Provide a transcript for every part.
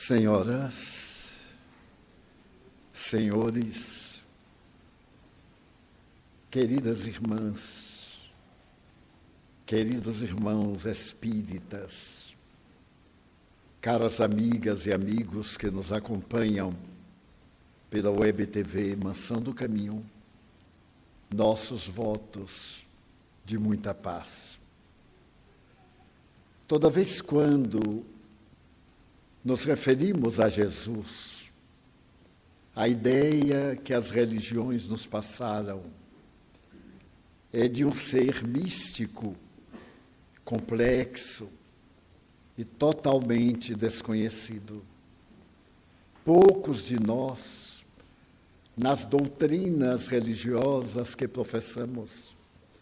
Senhoras, senhores, queridas irmãs, queridos irmãos espíritas, caras amigas e amigos que nos acompanham pela Web TV Mansão do Caminho, nossos votos de muita paz. Toda vez quando nos referimos a Jesus, a ideia que as religiões nos passaram é de um ser místico, complexo e totalmente desconhecido. Poucos de nós, nas doutrinas religiosas que professamos,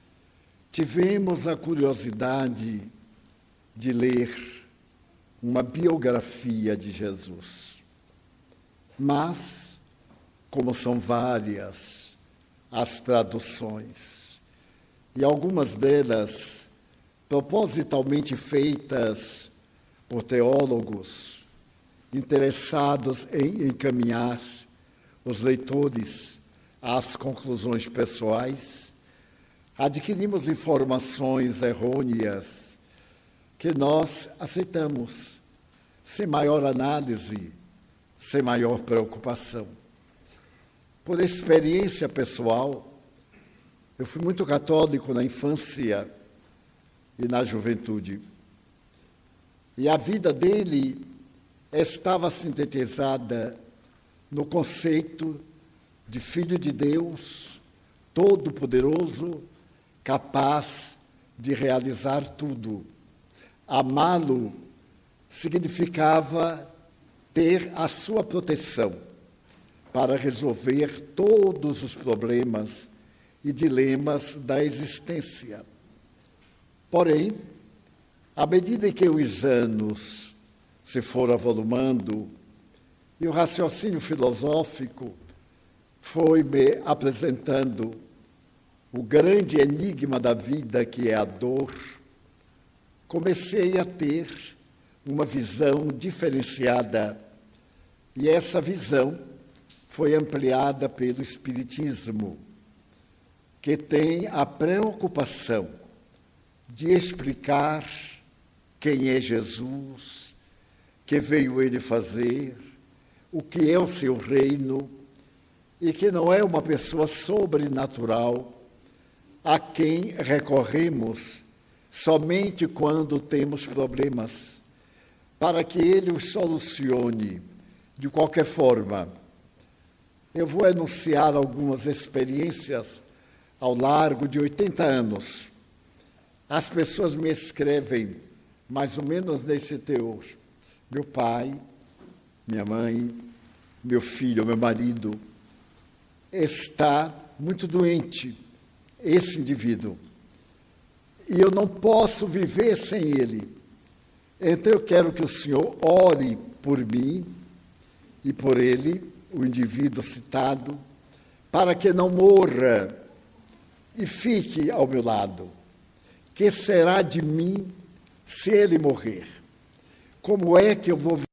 tivemos a curiosidade de ler uma biografia de Jesus. Mas, como são várias as traduções, e algumas delas propositalmente feitas por teólogos interessados em encaminhar os leitores às conclusões pessoais, adquirimos informações errôneas que nós aceitamos sem maior análise, sem maior preocupação. Por experiência pessoal, eu fui muito católico na infância e na juventude. E a vida dele estava sintetizada no conceito de Filho de Deus, todo-poderoso, capaz de realizar tudo. Amá-lo significava ter a sua proteção para resolver todos os problemas e dilemas da existência. Porém, à medida que os anos se foram avolumando e o raciocínio filosófico foi me apresentando o grande enigma da vida, que é a dor, comecei a ter uma visão diferenciada, e essa visão foi ampliada pelo Espiritismo, que tem a preocupação de explicar quem é Jesus, que veio ele fazer, o que é o seu reino, e que não é uma pessoa sobrenatural a quem recorremos somente quando temos problemas, para que ele os solucione de qualquer forma. Eu vou enunciar algumas experiências ao largo de 80 anos. As pessoas me escrevem mais ou menos nesse teor. Meu pai, minha mãe, meu filho, meu marido, está muito doente, esse indivíduo. E eu não posso viver sem ele. Então eu quero que o senhor ore por mim e por ele, o indivíduo citado, para que não morra e fique ao meu lado. Que será de mim se ele morrer? Como é que eu vou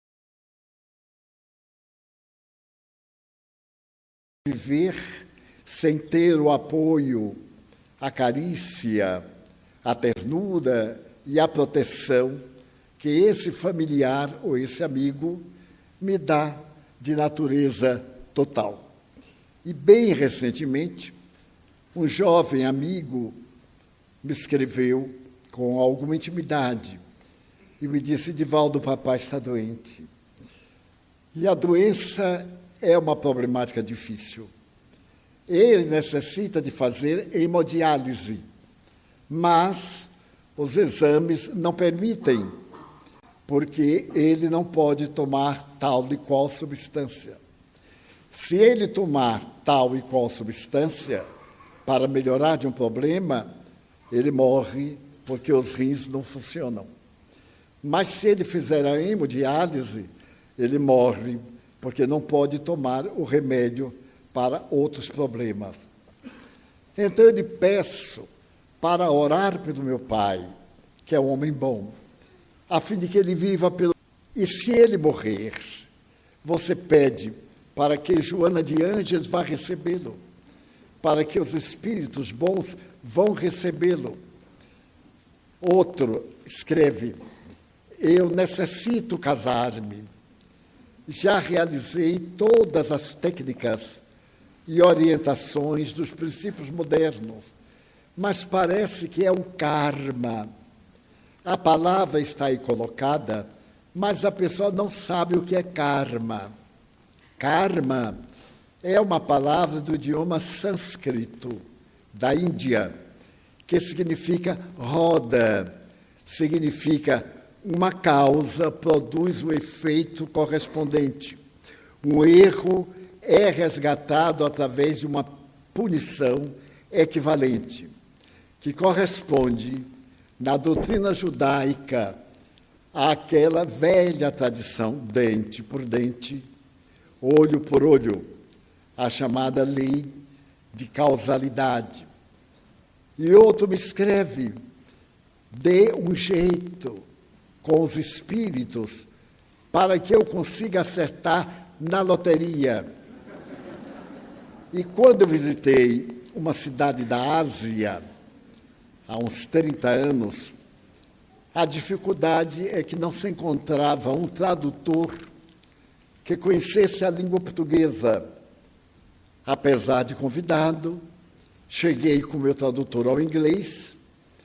viver sem ter o apoio, a carícia, a ternura e a proteção que esse familiar ou esse amigo me dá de natureza total? E bem recentemente, um jovem amigo me escreveu com alguma intimidade e me disse: Divaldo, o papai está doente. E a doença é uma problemática difícil. Ele necessita de fazer hemodiálise, mas os exames não permitem, porque ele não pode tomar tal e qual substância. Se ele tomar tal e qual substância para melhorar de um problema, ele morre porque os rins não funcionam. Mas se ele fizer a hemodiálise, ele morre porque não pode tomar o remédio para outros problemas. Então eu lhe peço para orar pelo meu pai, que é um homem bom, a fim de que ele viva pelo E se ele morrer, você pede para que Joana de Ângeles vá recebê-lo, para que os espíritos bons vão recebê-lo. Outro escreve: eu necessito casar-me. Já realizei todas as técnicas e orientações dos princípios modernos, mas parece que é um karma. A palavra está aí colocada, mas a pessoa não sabe o que é karma. Karma é uma palavra do idioma sânscrito, da Índia, que significa roda, significa uma causa produz o efeito correspondente. Um erro é resgatado através de uma punição equivalente, que corresponde, na doutrina judaica, àquela velha tradição, dente por dente, olho por olho, a chamada lei de causalidade. E outro me escreve: dê um jeito com os espíritos para que eu consiga acertar na loteria. E quando eu visitei uma cidade da Ásia, há uns 30 anos, a dificuldade é que não se encontrava um tradutor que conhecesse a língua portuguesa. Apesar de convidado, cheguei com o meu tradutor ao inglês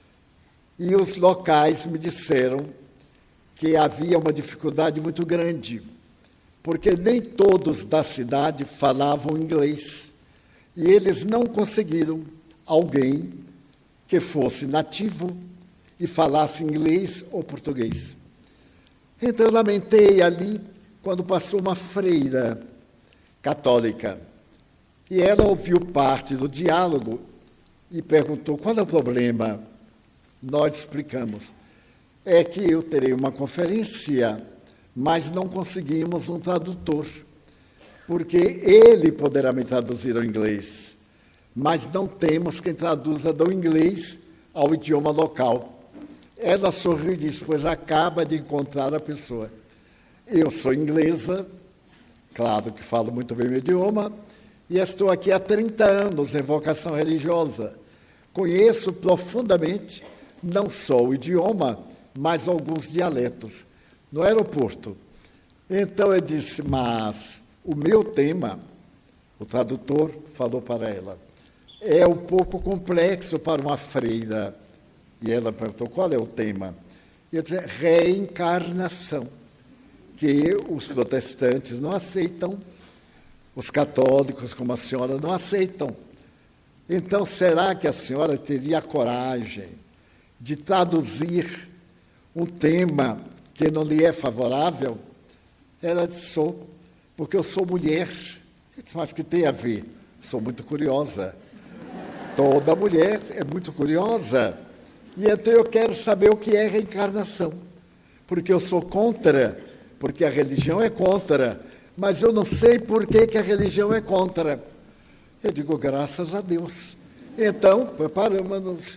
e os locais me disseram que havia uma dificuldade muito grande, porque nem todos da cidade falavam inglês e eles não conseguiram alguém que fosse nativo e falasse inglês ou português. Então eu lamentei ali quando passou uma freira católica e ela ouviu parte do diálogo e perguntou: qual é o problema? Nós explicamos: é que eu terei uma conferência, mas não conseguimos um tradutor, porque ele poderá me traduzir ao inglês, mas não temos quem traduza do inglês ao idioma local. Ela sorriu e disse: pois acaba de encontrar a pessoa. Eu sou inglesa, claro que falo muito bem o idioma, e estou aqui há 30 anos em vocação religiosa. Conheço profundamente não só o idioma, mas alguns dialetos. No aeroporto. Então eu disse: mas o meu tema, o tradutor falou para ela, é um pouco complexo para uma freira. E ela perguntou: qual é o tema? E eu disse: reencarnação, que os protestantes não aceitam, os católicos, como a senhora, não aceitam. Então, será que a senhora teria a coragem de traduzir um tema que não lhe é favorável? Ela disse: sou, porque eu sou mulher. Eu disse: mas que tem a ver? Sou muito curiosa. Toda mulher é muito curiosa. E então eu quero saber o que é reencarnação, porque eu sou contra, porque a religião é contra, mas eu não sei por que a religião é contra. Eu digo: graças a Deus. Então, preparamos-nos.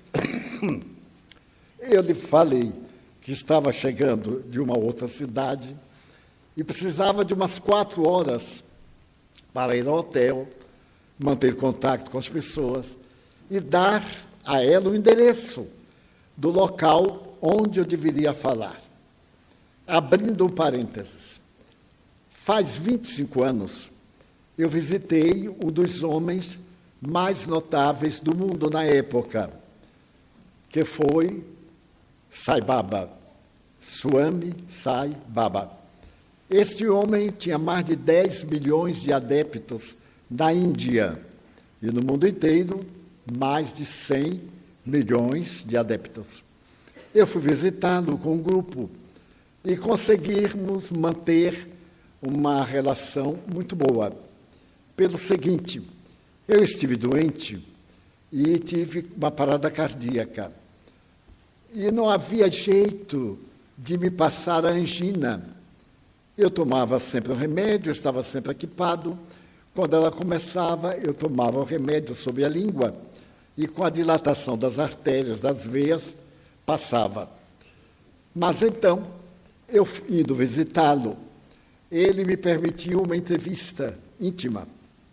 Eu lhe falei que estava chegando de uma outra cidade e precisava de umas 4 horas para ir ao hotel, manter contato com as pessoas e dar a ela o endereço do local onde eu deveria falar. Abrindo um parênteses, faz 25 anos eu visitei um dos homens mais notáveis do mundo na época, que foi Sai Baba, Swami Sai Baba. Este homem tinha mais de 10 milhões de adeptos na Índia e no mundo inteiro mais de 100 milhões de adeptos. Eu fui visitá-lo com um grupo e conseguimos manter uma relação muito boa. Pelo seguinte, eu estive doente e tive uma parada cardíaca. E não havia jeito de me passar a angina. Eu tomava sempre o remédio, estava sempre equipado. Quando ela começava, eu tomava o remédio sob a língua e com a dilatação das artérias, das veias, passava. Mas então, Eu, indo visitá-lo, ele me permitiu uma entrevista íntima.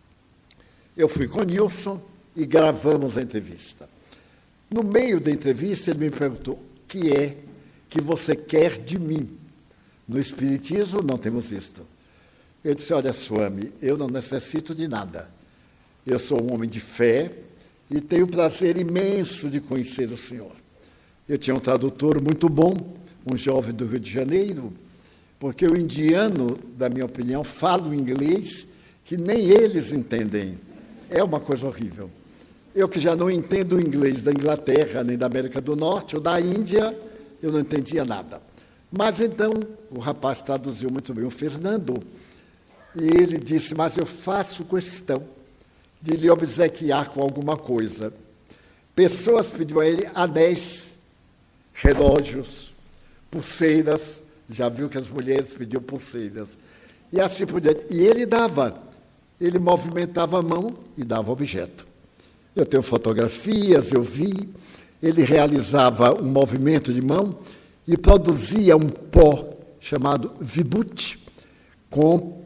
Eu fui com Nilson e gravamos a entrevista. No meio da entrevista, ele me perguntou: o que é que você quer de mim? No Espiritismo não temos isto. Eu disse: olha, Swami, eu não necessito de nada. Eu sou um homem de fé e tenho o prazer imenso de conhecer o senhor. Eu tinha um tradutor muito bom, um jovem do Rio de Janeiro, porque o indiano, da minha opinião, fala o inglês que nem eles entendem. É uma coisa horrível. Eu que já não entendo o inglês da Inglaterra, nem da América do Norte, ou da Índia, eu não entendia nada. Mas então, o rapaz traduziu muito bem, o Fernando, e ele disse: mas eu faço questão de lhe obsequiar com alguma coisa. Pessoas pediam a ele anéis, relógios, pulseiras, já viu que as mulheres pediam pulseiras, e assim por diante. E ele dava, ele movimentava a mão e dava objeto. Eu tenho fotografias, eu vi, ele realizava um movimento de mão e produzia um pó chamado Vibhuti, com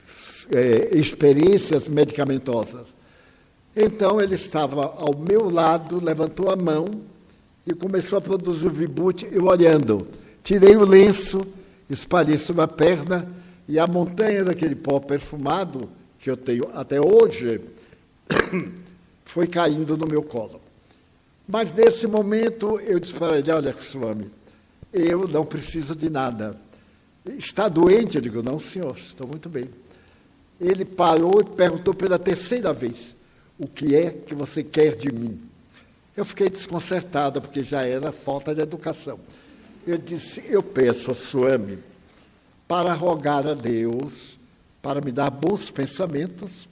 experiências medicamentosas. Então, ele estava ao meu lado, levantou a mão e começou a produzir o Vibhuti, eu olhando. Tirei o lenço, espalhei sobre a perna e a montanha daquele pó perfumado, que eu tenho até hoje, foi caindo no meu colo. Mas, nesse momento, eu disse para ele: olha, Swami, eu não preciso de nada. Está doente? Eu digo: não, senhor, estou muito bem. Ele parou e perguntou pela terceira vez: o que é que você quer de mim? Eu fiquei desconcertada, porque já era falta de educação. Eu disse: eu peço a Swami para rogar a Deus, para me dar bons pensamentos,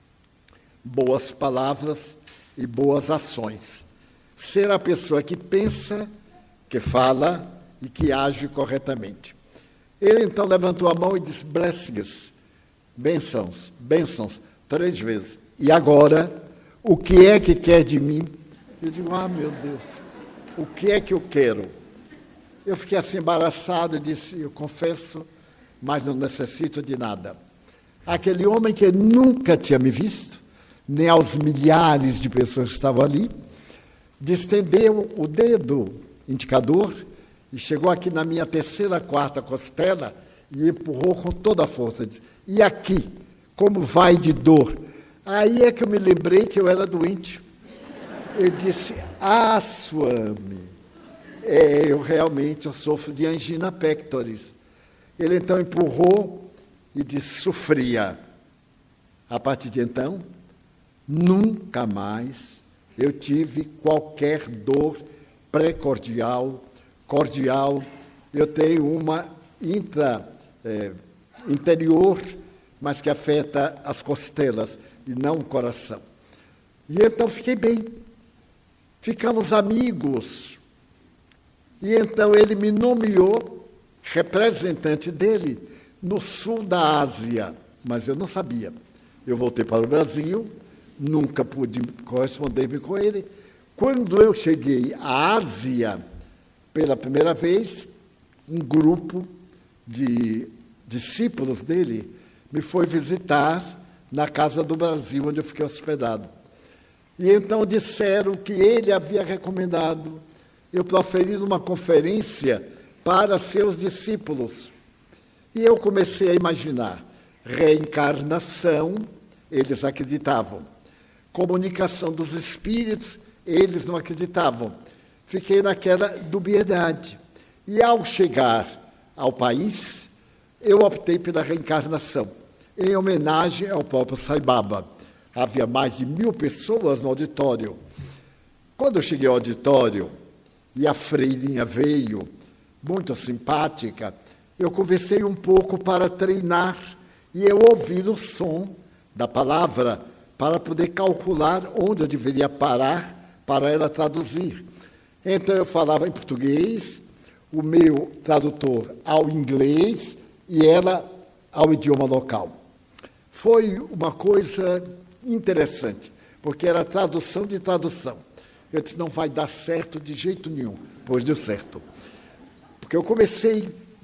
boas palavras e boas ações. Ser a pessoa que pensa, que fala e que age corretamente. Ele então levantou a mão e disse: blessings, bênçãos, bênçãos, 3 vezes. E agora, o que é que quer de mim? Eu digo: ah, meu Deus, o que é que eu quero? Eu fiquei assim embaraçado e disse: eu confesso, mas não necessito de nada. Aquele homem que nunca tinha me visto, nem aos milhares de pessoas que estavam ali, distendeu o dedo indicador e chegou aqui na minha 3ª, 4ª costela e empurrou com toda a força. Disse: e aqui, como vai de dor? Aí é que eu me lembrei que eu era doente. Eu disse: ah, Swami, eu realmente sofro de angina pectoris. Ele então empurrou e disse: sofria. A partir de então, nunca mais eu tive qualquer dor pré-cordial, cordial. Eu tenho uma interior, mas que afeta as costelas e não o coração. E então fiquei bem. Ficamos amigos. E então ele me nomeou representante dele no sul da Ásia, mas eu não sabia. Eu voltei para o Brasil, nunca pude corresponder com ele. Quando eu cheguei à Ásia, pela primeira vez, um grupo de discípulos dele me foi visitar na Casa do Brasil, onde eu fiquei hospedado. E então disseram que ele havia recomendado eu proferir uma conferência para seus discípulos. E eu comecei a imaginar reencarnação, eles acreditavam. Comunicação dos espíritos, eles não acreditavam. Fiquei naquela dubiedade. E ao chegar ao país, eu optei pela reencarnação, em homenagem ao próprio Sai Baba. Havia mais de 1000 pessoas no auditório. Quando eu cheguei ao auditório, e a freirinha veio, muito simpática, eu conversei um pouco para treinar, e eu ouvi o som da palavra para poder calcular onde eu deveria parar para ela traduzir. Então eu falava em português, o meu tradutor ao inglês e ela ao idioma local. Foi uma coisa interessante, porque era tradução de tradução. Eu disse: não vai dar certo de jeito nenhum, pois deu certo. Porque eu comecei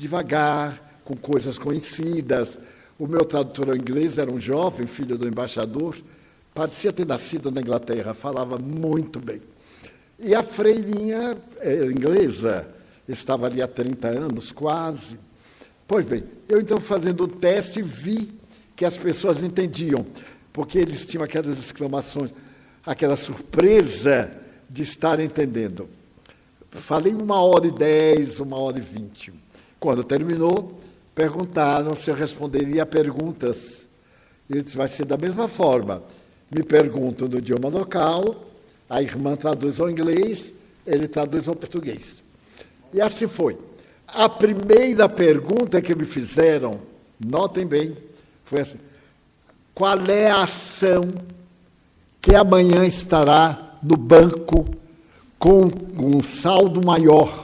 devagar, com coisas conhecidas. O meu tradutor inglês era um jovem, filho do embaixador, parecia ter nascido na Inglaterra, falava muito bem. E a freirinha inglesa estava ali há 30 anos, quase. Pois bem, eu então fazendo o teste vi que as pessoas entendiam, porque eles tinham aquelas exclamações, aquela surpresa de estar entendendo. Falei 1h10, 1h20. Quando terminou, perguntaram se eu responderia a perguntas. Eu disse, vai ser da mesma forma. Me perguntam no idioma local, a irmã traduz ao inglês, ele traduz ao português. E assim foi. A primeira pergunta que me fizeram, notem bem, foi assim, qual é a ação que amanhã estará no banco com um saldo maior?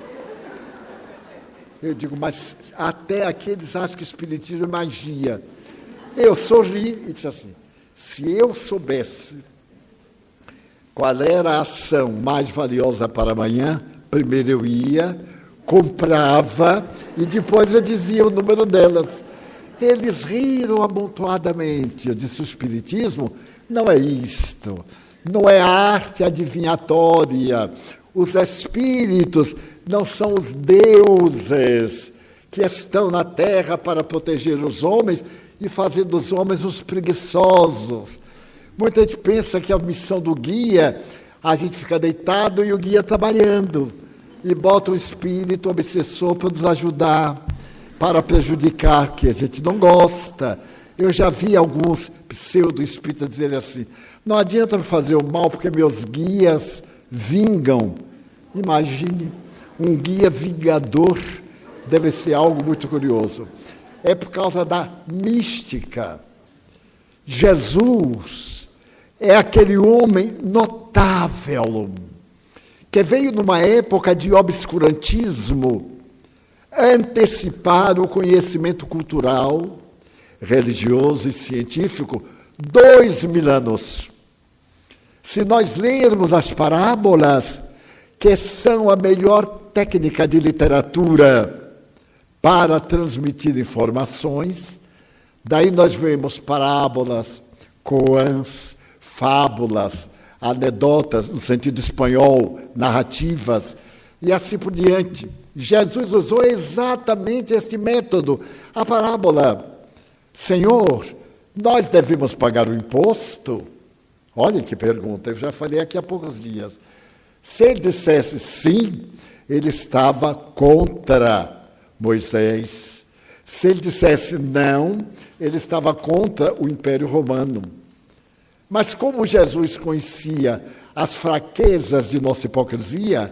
Eu digo, mas até aqui eles acham que o espiritismo é magia. Eu sorri e disse assim, se eu soubesse qual era a ação mais valiosa para amanhã, primeiro eu ia, comprava e depois eu dizia o número delas. Eles riram amontoadamente. Eu disse, o espiritismo não é isto, não é arte adivinhatória. Os espíritos não são os deuses que estão na terra para proteger os homens e fazer dos homens os preguiçosos. Muita gente pensa que a missão do guia, a gente fica deitado e o guia trabalhando, e bota o espírito obsessor para nos ajudar, para prejudicar, que a gente não gosta. Eu já vi alguns pseudo-espíritas dizerem assim, não adianta me fazer o mal porque meus guias vingam. Imagine, um guia vingador deve ser algo muito curioso. É por causa da mística. Jesus é aquele homem notável, que veio numa época de obscurantismo, antecipar o conhecimento cultural, religioso e científico 2000 anos. Se nós lermos as parábolas, que são a melhor técnica de literatura para transmitir informações, daí nós vemos parábolas, koans, fábulas, anedotas, no sentido espanhol, narrativas, e assim por diante. Jesus usou exatamente este método. A parábola, Senhor, nós devemos pagar o imposto? Olha que pergunta, eu já falei aqui há poucos dias. Se ele dissesse sim, ele estava contra Moisés. Se ele dissesse não, ele estava contra o Império Romano. Mas como Jesus conhecia as fraquezas de nossa hipocrisia,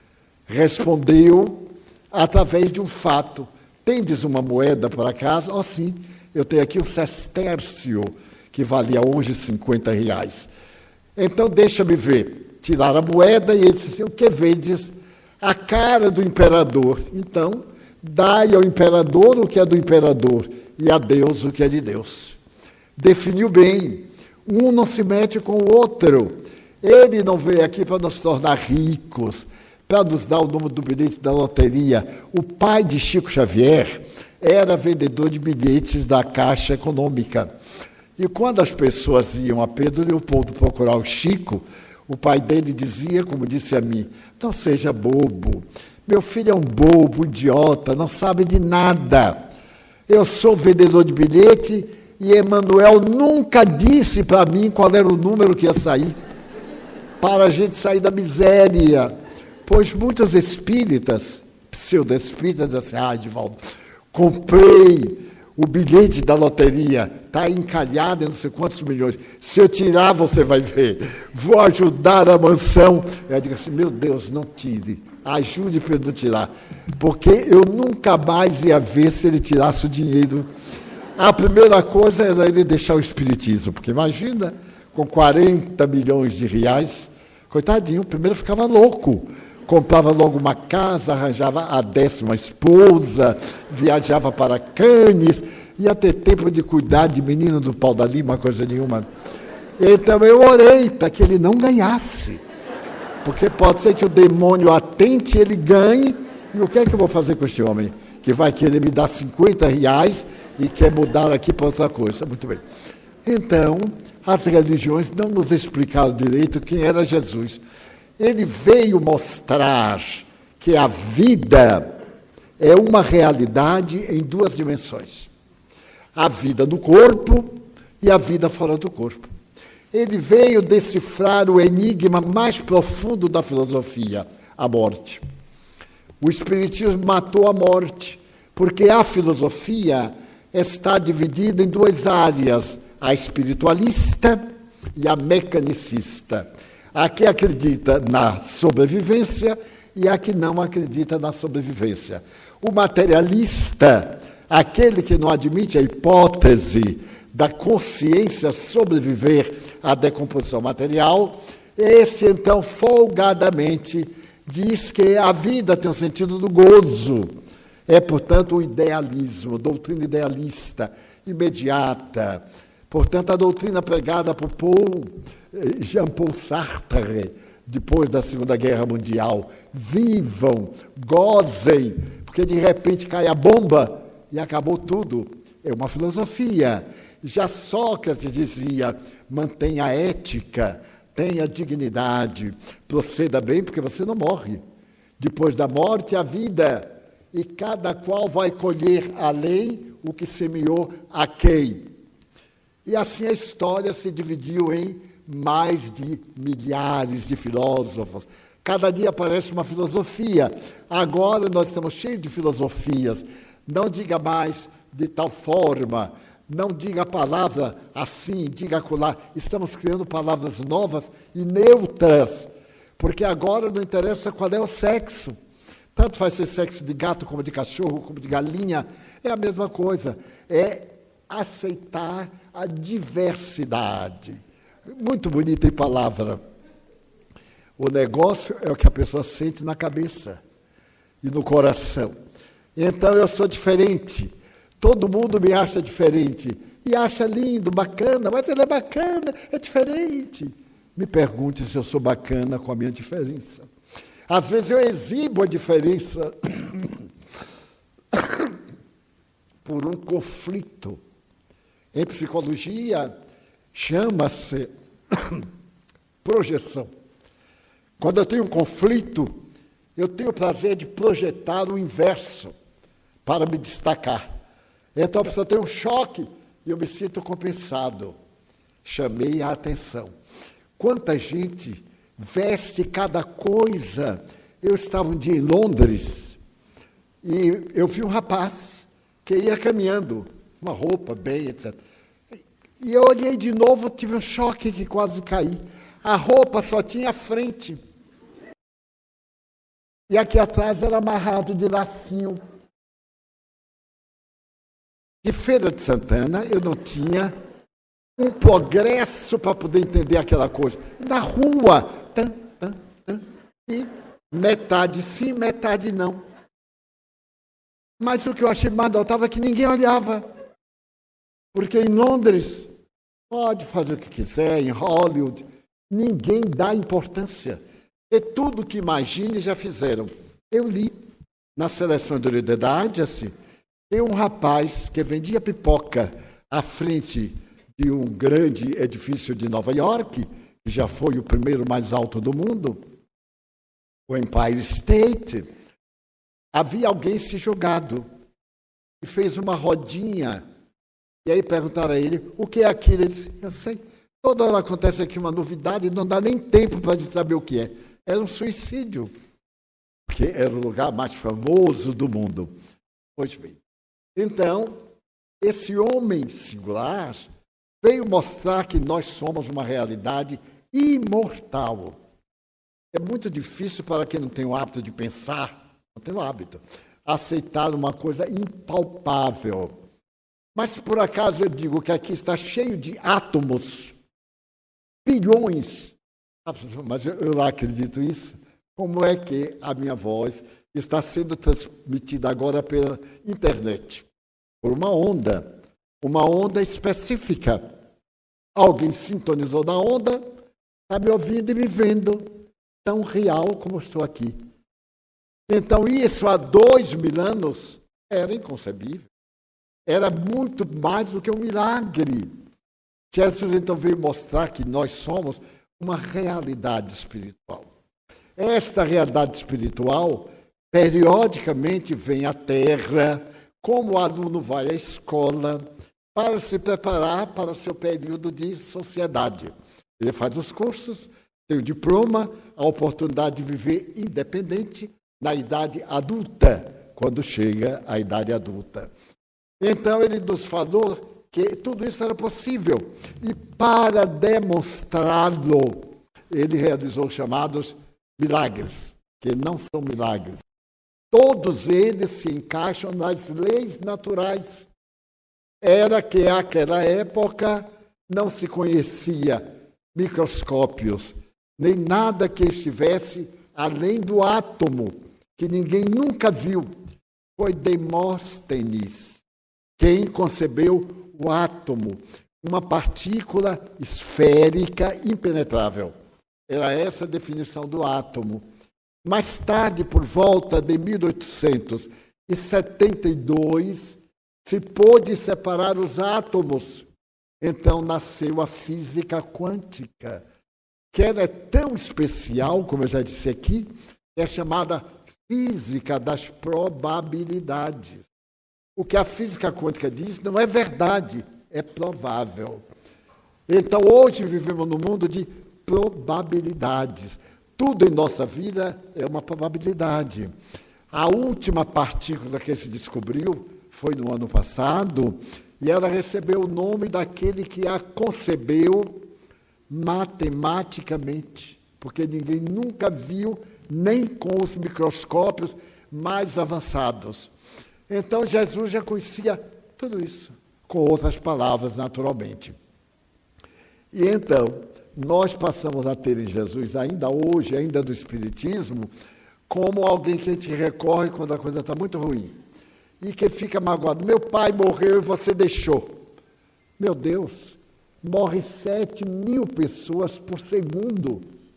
respondeu através de um fato. Tendes uma moeda por acaso? Oh, sim, eu tenho aqui um sestércio, que valia hoje R$50. Então, deixa-me ver. Tiraram a moeda e ele disse assim, o que vedes? A cara do imperador. Então, dai ao imperador o que é do imperador e a Deus o que é de Deus. Definiu bem. Um não se mete com o outro. Ele não veio aqui para nos tornar ricos, para nos dar o número do bilhete da loteria. O pai de Chico Xavier era vendedor de bilhetes da Caixa Econômica. E quando as pessoas iam a Pedro Leopoldo procurar o Chico, o pai dele dizia, como disse a mim, não seja bobo, meu filho é um bobo, idiota, não sabe de nada. Eu sou vendedor de bilhete e Emanuel nunca disse para mim qual era o número que ia sair, para a gente sair da miséria. Pois muitos espíritas, pseudo-espíritas, dizem assim, Edivaldo, comprei o bilhete da loteria, está encalhado em não sei quantos milhões. Se eu tirar, você vai ver. Vou ajudar a mansão. Eu digo assim, meu Deus, não tire. Ajude para ele não tirar. Porque eu nunca mais ia ver se ele tirasse o dinheiro. A primeira coisa era ele deixar o espiritismo. Porque imagina, com 40 milhões de reais, coitadinho, primeiro ficava louco. Comprava logo uma casa, arranjava a 10ª esposa, viajava para Cannes, ia ter tempo de cuidar de menino do pau da lima, coisa nenhuma. Então eu orei para que ele não ganhasse, porque pode ser que o demônio atente, ele ganhe, e o que é que eu vou fazer com este homem? que vai querer me dar R$50 e quer mudar aqui para outra coisa. Muito bem. Então, as religiões não nos explicaram direito quem era Jesus. Ele veio mostrar que a vida é uma realidade em duas dimensões. A vida no corpo e a vida fora do corpo. Ele veio decifrar o enigma mais profundo da filosofia, a morte. O Espiritismo matou a morte, porque a filosofia está dividida em duas áreas, a espiritualista e a mecanicista. A que acredita na sobrevivência e a que não acredita na sobrevivência. O materialista, aquele que não admite a hipótese da consciência sobreviver à decomposição material, esse, então, folgadamente, diz que a vida tem o sentido do gozo. É, portanto, o idealismo, doutrina idealista, imediata. Portanto, a doutrina pregada por Jean-Paul Sartre, depois da Segunda Guerra Mundial. Vivam, gozem, porque de repente cai a bomba e acabou tudo. É uma filosofia. Já Sócrates dizia, mantenha a ética, tenha dignidade, proceda bem, porque você não morre. Depois da morte, a vida. E cada qual vai colher além o que semeou a quem. E assim a história se dividiu em mais de milhares de filósofos. Cada dia aparece uma filosofia. Agora nós estamos cheios de filosofias. Não diga mais de tal forma, não diga a palavra assim, diga acolá. Estamos criando palavras novas e neutras, porque agora não interessa qual é o sexo. Tanto faz ser sexo de gato como de cachorro, como de galinha, é a mesma coisa. É aceitar a diversidade. Muito bonita em palavra. O negócio é o que a pessoa sente na cabeça e no coração. Então, eu sou diferente. Todo mundo me acha diferente. E acha lindo, bacana, mas ele é bacana, é diferente. Me pergunte se eu sou bacana com a minha diferença. Às vezes eu exibo a diferença por um conflito. Em psicologia, chama-se projeção. Quando eu tenho um conflito, eu tenho o prazer de projetar o inverso para me destacar. Então a pessoa tem um choque e eu me sinto compensado. Chamei a atenção. Quanta gente veste cada coisa. Eu estava um dia em Londres e eu vi um rapaz que ia caminhando, uma roupa bem, etc. E eu olhei de novo, tive um choque que quase caí. A roupa só tinha a frente. E aqui atrás era amarrado de lacinho. De Feira de Santana, eu não tinha um progresso para poder entender aquela coisa. Na rua, e metade sim, metade não. Mas o que eu achei mais notava é que ninguém olhava. Porque em Londres, pode fazer o que quiser, em Hollywood, ninguém dá importância. E tudo que imagine já fizeram. Eu li na seleção de heredidade, assim, tem um rapaz que vendia pipoca à frente de um grande edifício de Nova York, que já foi o primeiro mais alto do mundo, o Empire State. Havia alguém se jogado e fez uma rodinha. E aí perguntaram a ele, o que é aquilo? Ele disse, eu sei, toda hora acontece aqui uma novidade e não dá nem tempo para saber o que é. Era um suicídio, porque era o lugar mais famoso do mundo. Pois bem, então, esse homem singular veio mostrar que nós somos uma realidade imortal. É muito difícil para quem não tem o hábito de pensar, não tem o hábito, aceitar uma coisa impalpável. Mas, por acaso, eu digo que aqui está cheio de átomos, bilhões. Mas eu não acredito nisso. Como é que a minha voz está sendo transmitida agora pela internet? Por uma onda específica. Alguém sintonizou na onda, está me ouvindo e me vendo tão real como estou aqui. Então, isso há 2000 anos Era inconcebível. Era muito mais do que um milagre. Jesus, então, veio mostrar que nós somos uma realidade espiritual. Esta realidade espiritual, periodicamente, vem à Terra, como o aluno vai à escola, para se preparar para o seu período de sociedade. Ele faz os cursos, tem o diploma, a oportunidade de viver independente na idade adulta, quando chega à idade adulta. Então, ele nos falou que tudo isso era possível. E para demonstrá-lo, ele realizou os chamados milagres, que não são milagres. Todos eles se encaixam nas leis naturais. Era que, naquela época, não se conhecia microscópios, nem nada que estivesse além do átomo, que ninguém nunca viu. Foi Demóstenes quem concebeu o átomo, uma partícula esférica impenetrável. Era essa a definição do átomo. Mais tarde, por volta de 1872, se pôde separar os átomos. Então nasceu a física quântica, que ela é tão especial, como eu já disse aqui, é chamada física das probabilidades. O que a física quântica diz não é verdade, é provável. Então, hoje vivemos num mundo de probabilidades. Tudo em nossa vida é uma probabilidade. A última partícula que se descobriu foi no ano passado, e ela recebeu o nome daquele que a concebeu matematicamente, porque ninguém nunca viu, nem com os microscópios mais avançados. Então, Jesus já conhecia tudo isso, com outras palavras, naturalmente. E então, nós passamos a ter em Jesus, ainda hoje, ainda do Espiritismo, como alguém que a gente recorre quando a coisa está muito ruim. E que fica magoado. Meu pai morreu e você deixou. Meu Deus, morre 7.000 pessoas por segundo.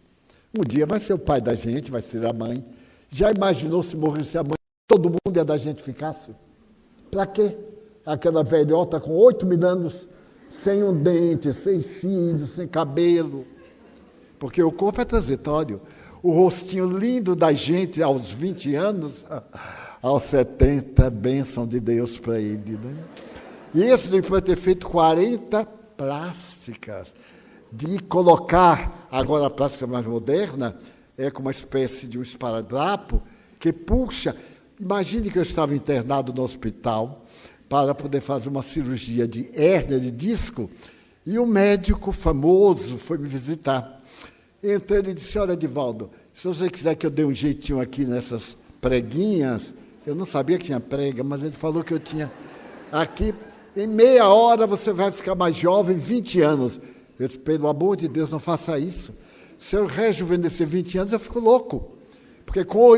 Um dia vai ser o pai da gente, vai ser a mãe. Já imaginou se morresse a mãe? Todo mundo ia da gente ficasse? Para quê? Aquela velhota com 8.000 anos, sem um dente, sem cílios, sem cabelo. Porque o corpo é transitório. O rostinho lindo da gente aos 20 anos, aos 70, bênção de Deus para ele. Né? E esse depois de ter feito 40 plásticas, de colocar, agora a plástica mais moderna, é como uma espécie de um esparadrapo que puxa. Imagine que eu estava internado no hospital para poder fazer uma cirurgia de hérnia de disco e um médico famoso foi me visitar. Então ele disse, olha, Edivaldo, se você quiser que eu dê um jeitinho aqui nessas preguinhas, eu não sabia que tinha prega, mas ele falou que eu tinha aqui, em meia hora você vai ficar mais jovem, 20 anos. Eu disse, pelo amor de Deus, não faça isso. Se eu rejuvenescer 20 anos, eu fico louco. Porque com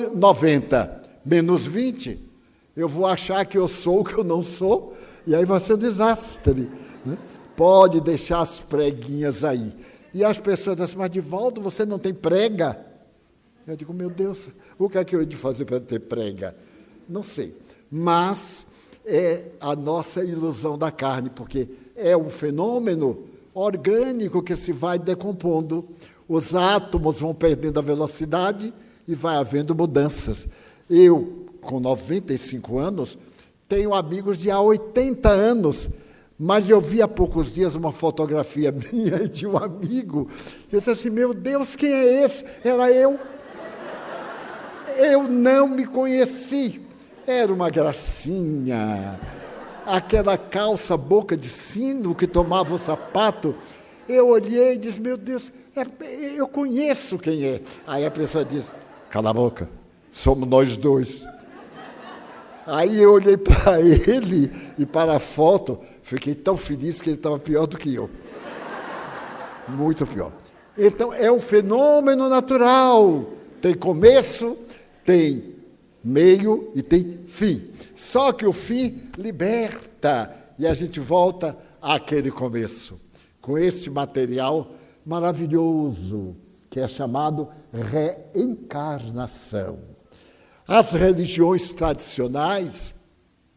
90 menos 20, eu vou achar que eu sou o que eu não sou, e aí vai ser um desastre. Né? Pode deixar as preguinhas aí. E as pessoas dizem, mas Edivaldo, você não tem prega? Eu digo, meu Deus, o que é que eu hei de fazer para ter prega? Não sei. Mas é a nossa ilusão da carne, porque é um fenômeno orgânico que se vai decompondo. Os átomos vão perdendo a velocidade e vai havendo mudanças. Eu, com 95 anos, tenho amigos de há 80 anos, mas eu vi há poucos dias uma fotografia minha de um amigo. Eu disse assim, meu Deus, quem é esse? Era eu. Eu não me conheci. Era uma gracinha. Aquela calça boca de sino que tomava o sapato. Eu olhei e disse, meu Deus, eu conheço quem é. Aí a pessoa disse, cala a boca, somos nós dois. Aí eu olhei para ele e para a foto, fiquei tão feliz que ele estava pior do que eu. Muito pior. Então, é um fenômeno natural. Tem começo, tem meio e tem fim. Só que o fim liberta e a gente volta àquele começo, com este material maravilhoso, que é chamado reencarnação. As religiões tradicionais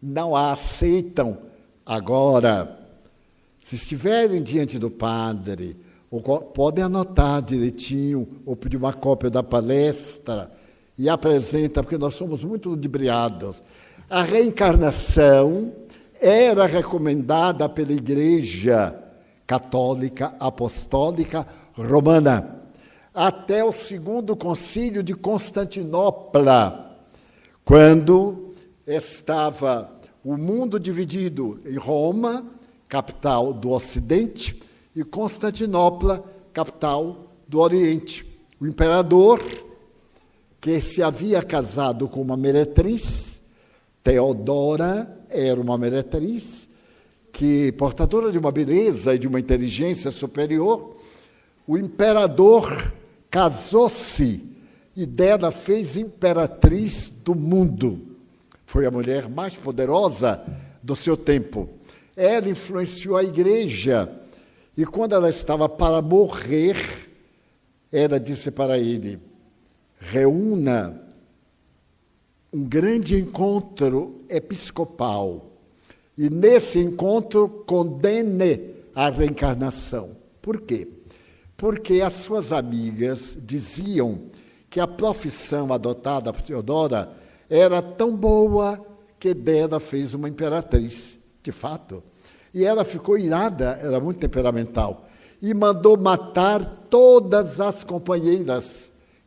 não a aceitam agora. Se estiverem diante do padre, podem anotar direitinho, ou pedir uma cópia da palestra e apresenta, porque nós somos muito ludibriados. A reencarnação era recomendada pela Igreja Católica Apostólica Romana até o Segundo Concílio de Constantinopla, quando estava o mundo dividido em Roma, capital do Ocidente, e Constantinopla, capital do Oriente. O imperador, que se havia casado com uma meretriz, Teodora era uma meretriz, que, portadora de uma beleza e de uma inteligência superior, o imperador casou-se e dela fez imperatriz do mundo. Foi a mulher mais poderosa do seu tempo. Ela influenciou a igreja e, quando ela estava para morrer, ela disse para ele: reúna um grande encontro episcopal e, nesse encontro, condene a reencarnação. Por quê? Porque as suas amigas diziam que a profissão adotada por Teodora era tão boa que dela fez uma imperatriz, de fato. E ela ficou irada, era muito temperamental, e mandou matar todas as companheiras,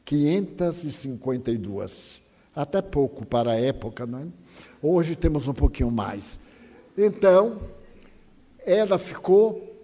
552. Até pouco para a época, não é? Hoje temos um pouquinho mais. Então, ela ficou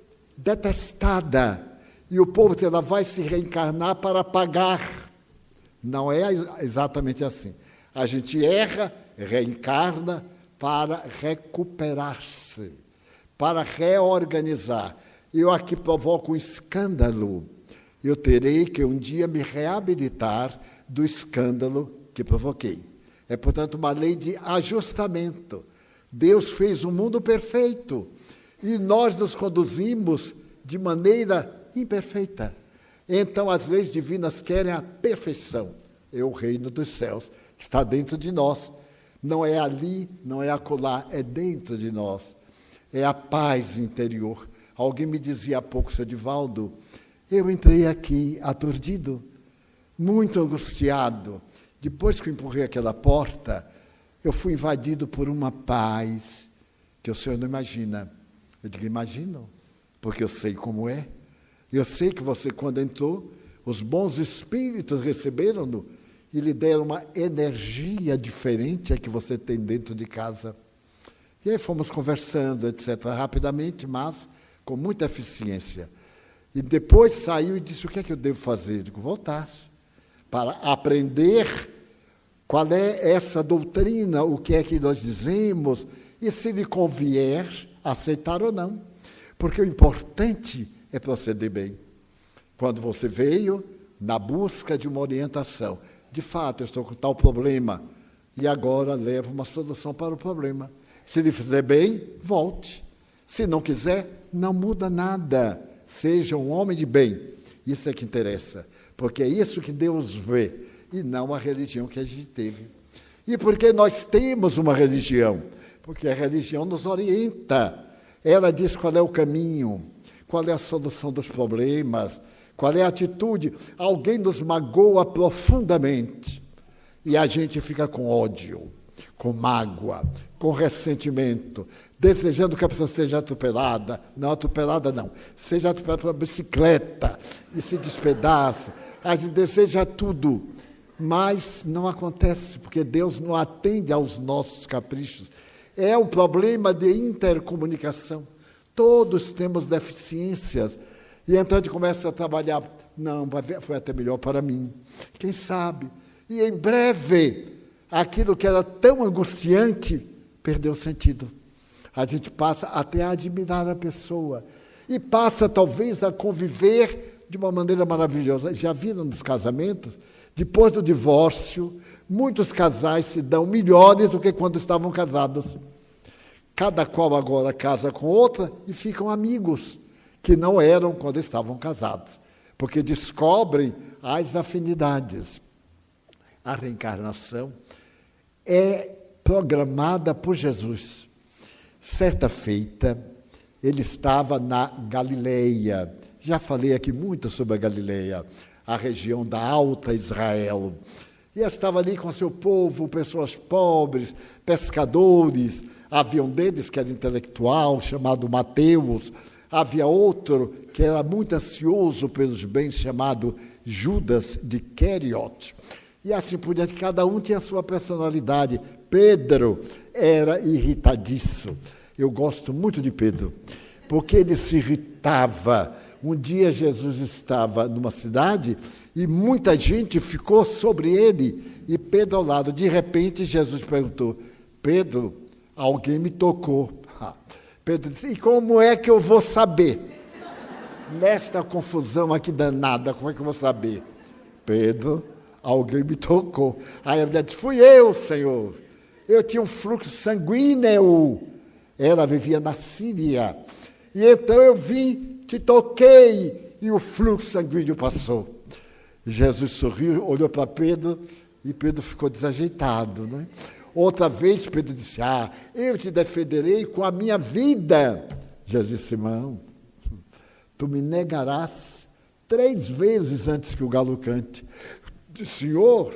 detestada, e o povo dela vai se reencarnar para pagar. Não é exatamente assim. A gente erra, reencarna para recuperar-se, para reorganizar. Eu aqui provoco um escândalo. Eu terei que um dia me reabilitar do escândalo que provoquei. É, portanto, uma lei de ajustamento. Deus fez um mundo perfeito e nós nos conduzimos de maneira imperfeita. Então, as leis divinas querem a perfeição. É o reino dos céus. Está dentro de nós. Não é ali, não é acolá, é dentro de nós. É a paz interior. Alguém me dizia há pouco, seu Divaldo, eu entrei aqui aturdido, muito angustiado. Depois que eu empurrei aquela porta, eu fui invadido por uma paz que o senhor não imagina. Eu digo, imagino, porque eu sei como é. Eu sei que você, quando entrou, os bons espíritos receberam-no e lhe deram uma energia diferente a que você tem dentro de casa. E aí fomos conversando, etc., rapidamente, mas com muita eficiência. E depois saiu e disse, o que é que eu devo fazer? Eu digo, voltar, para aprender qual é essa doutrina, o que é que nós dizemos, e se lhe convier, aceitar ou não. Porque o importante é proceder bem. Quando você veio na busca de uma orientação, de fato, eu estou com tal problema, e agora levo uma solução para o problema. Se lhe fizer bem, volte. Se não quiser, não muda nada. Seja um homem de bem. Isso é que interessa, porque é isso que Deus vê, e não a religião que a gente teve. E por que nós temos uma religião? Porque a religião nos orienta. Ela diz qual é o caminho, qual é a solução dos problemas, qual é a atitude. Alguém nos magoa profundamente e a gente fica com ódio, com mágoa, com ressentimento, desejando que a pessoa seja atropelada. Não, atropelada não. Seja atropelada por uma bicicleta e se despedace. A gente deseja tudo, mas não acontece, porque Deus não atende aos nossos caprichos. É um problema de intercomunicação. Todos temos deficiências. E então a gente começa a trabalhar. Não, foi até melhor para mim. Quem sabe? E em breve, aquilo que era tão angustiante perdeu sentido. A gente passa até a admirar a pessoa. E passa, talvez, a conviver de uma maneira maravilhosa. Já viram nos casamentos? Depois do divórcio, muitos casais se dão melhores do que quando estavam casados. Cada qual agora casa com outra e ficam amigos, que não eram quando estavam casados, porque descobrem as afinidades. A reencarnação é programada por Jesus. Certa feita, ele estava na Galileia. Já falei aqui muito sobre a Galileia, a região da Alta Israel. E estava ali com seu povo, pessoas pobres, pescadores. Havia um deles que era intelectual, chamado Mateus. Havia outro que era muito ansioso pelos bens, chamado Judas de Queriot. E assim por diante, cada um tinha a sua personalidade. Pedro era irritadiço. Eu gosto muito de Pedro, porque ele se irritava. Um dia Jesus estava numa cidade e muita gente ficou sobre ele e Pedro ao lado. De repente, Jesus perguntou: Pedro, alguém me tocou. Pedro disse: e como é que eu vou saber? Nesta confusão aqui danada, como é que eu vou saber? Pedro, alguém me tocou. Aí a mulher disse: fui eu, Senhor. Eu tinha um fluxo sanguíneo. Ela vivia na Síria. E então eu vim, te toquei, e o fluxo sanguíneo passou. Jesus sorriu, olhou para Pedro, e Pedro ficou desajeitado, né? Outra vez Pedro disse: eu te defenderei com a minha vida. Jesus disse: Simão, tu me negarás 3 vezes antes que o galo cante. Senhor,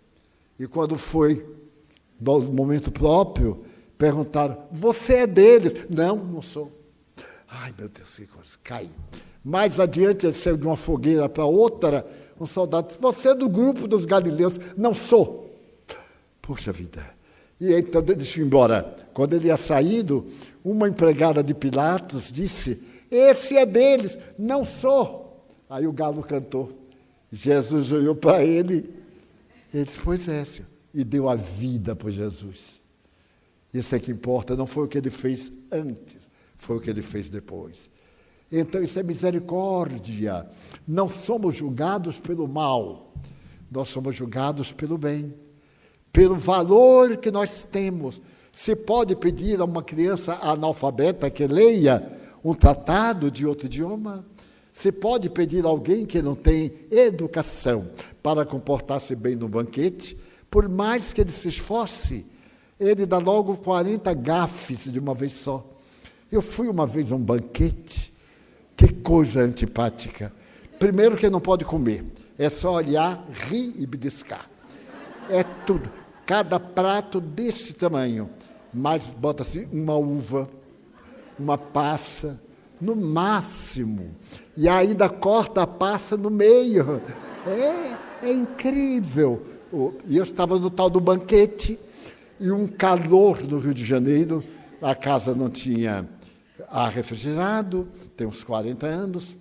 e quando foi no momento próprio, perguntaram: você é deles? Não, não sou. Ai, meu Deus, que coisa, cai. Mais adiante, ele saiu de uma fogueira para outra, um soldado: você é do grupo dos galileus? Não sou. Puxa vida. E então ele disse embora. Quando ele ia saindo, uma empregada de Pilatos disse: esse é deles, não sou. Aí o galo cantou. Jesus olhou para ele, ele disse: pois é, Senhor. E deu a vida por Jesus. Isso é que importa, não foi o que ele fez antes, foi o que ele fez depois. Então isso é misericórdia. Não somos julgados pelo mal, nós somos julgados pelo bem, pelo valor que nós temos. Se pode pedir a uma criança analfabeta que leia um tratado de outro idioma? Se pode pedir a alguém que não tem educação para comportar-se bem no banquete? Por mais que ele se esforce, ele dá logo 40 gafes de uma vez só. Eu fui uma vez a um banquete, que coisa antipática. Primeiro que não pode comer, é só olhar, rir e beliscar. É tudo. Cada prato desse tamanho, mas bota-se uma uva, uma passa, no máximo. E ainda corta a passa no meio. É incrível. E eu estava no tal do banquete, e um calor no Rio de Janeiro, a casa não tinha ar refrigerado, tem uns 40 anos,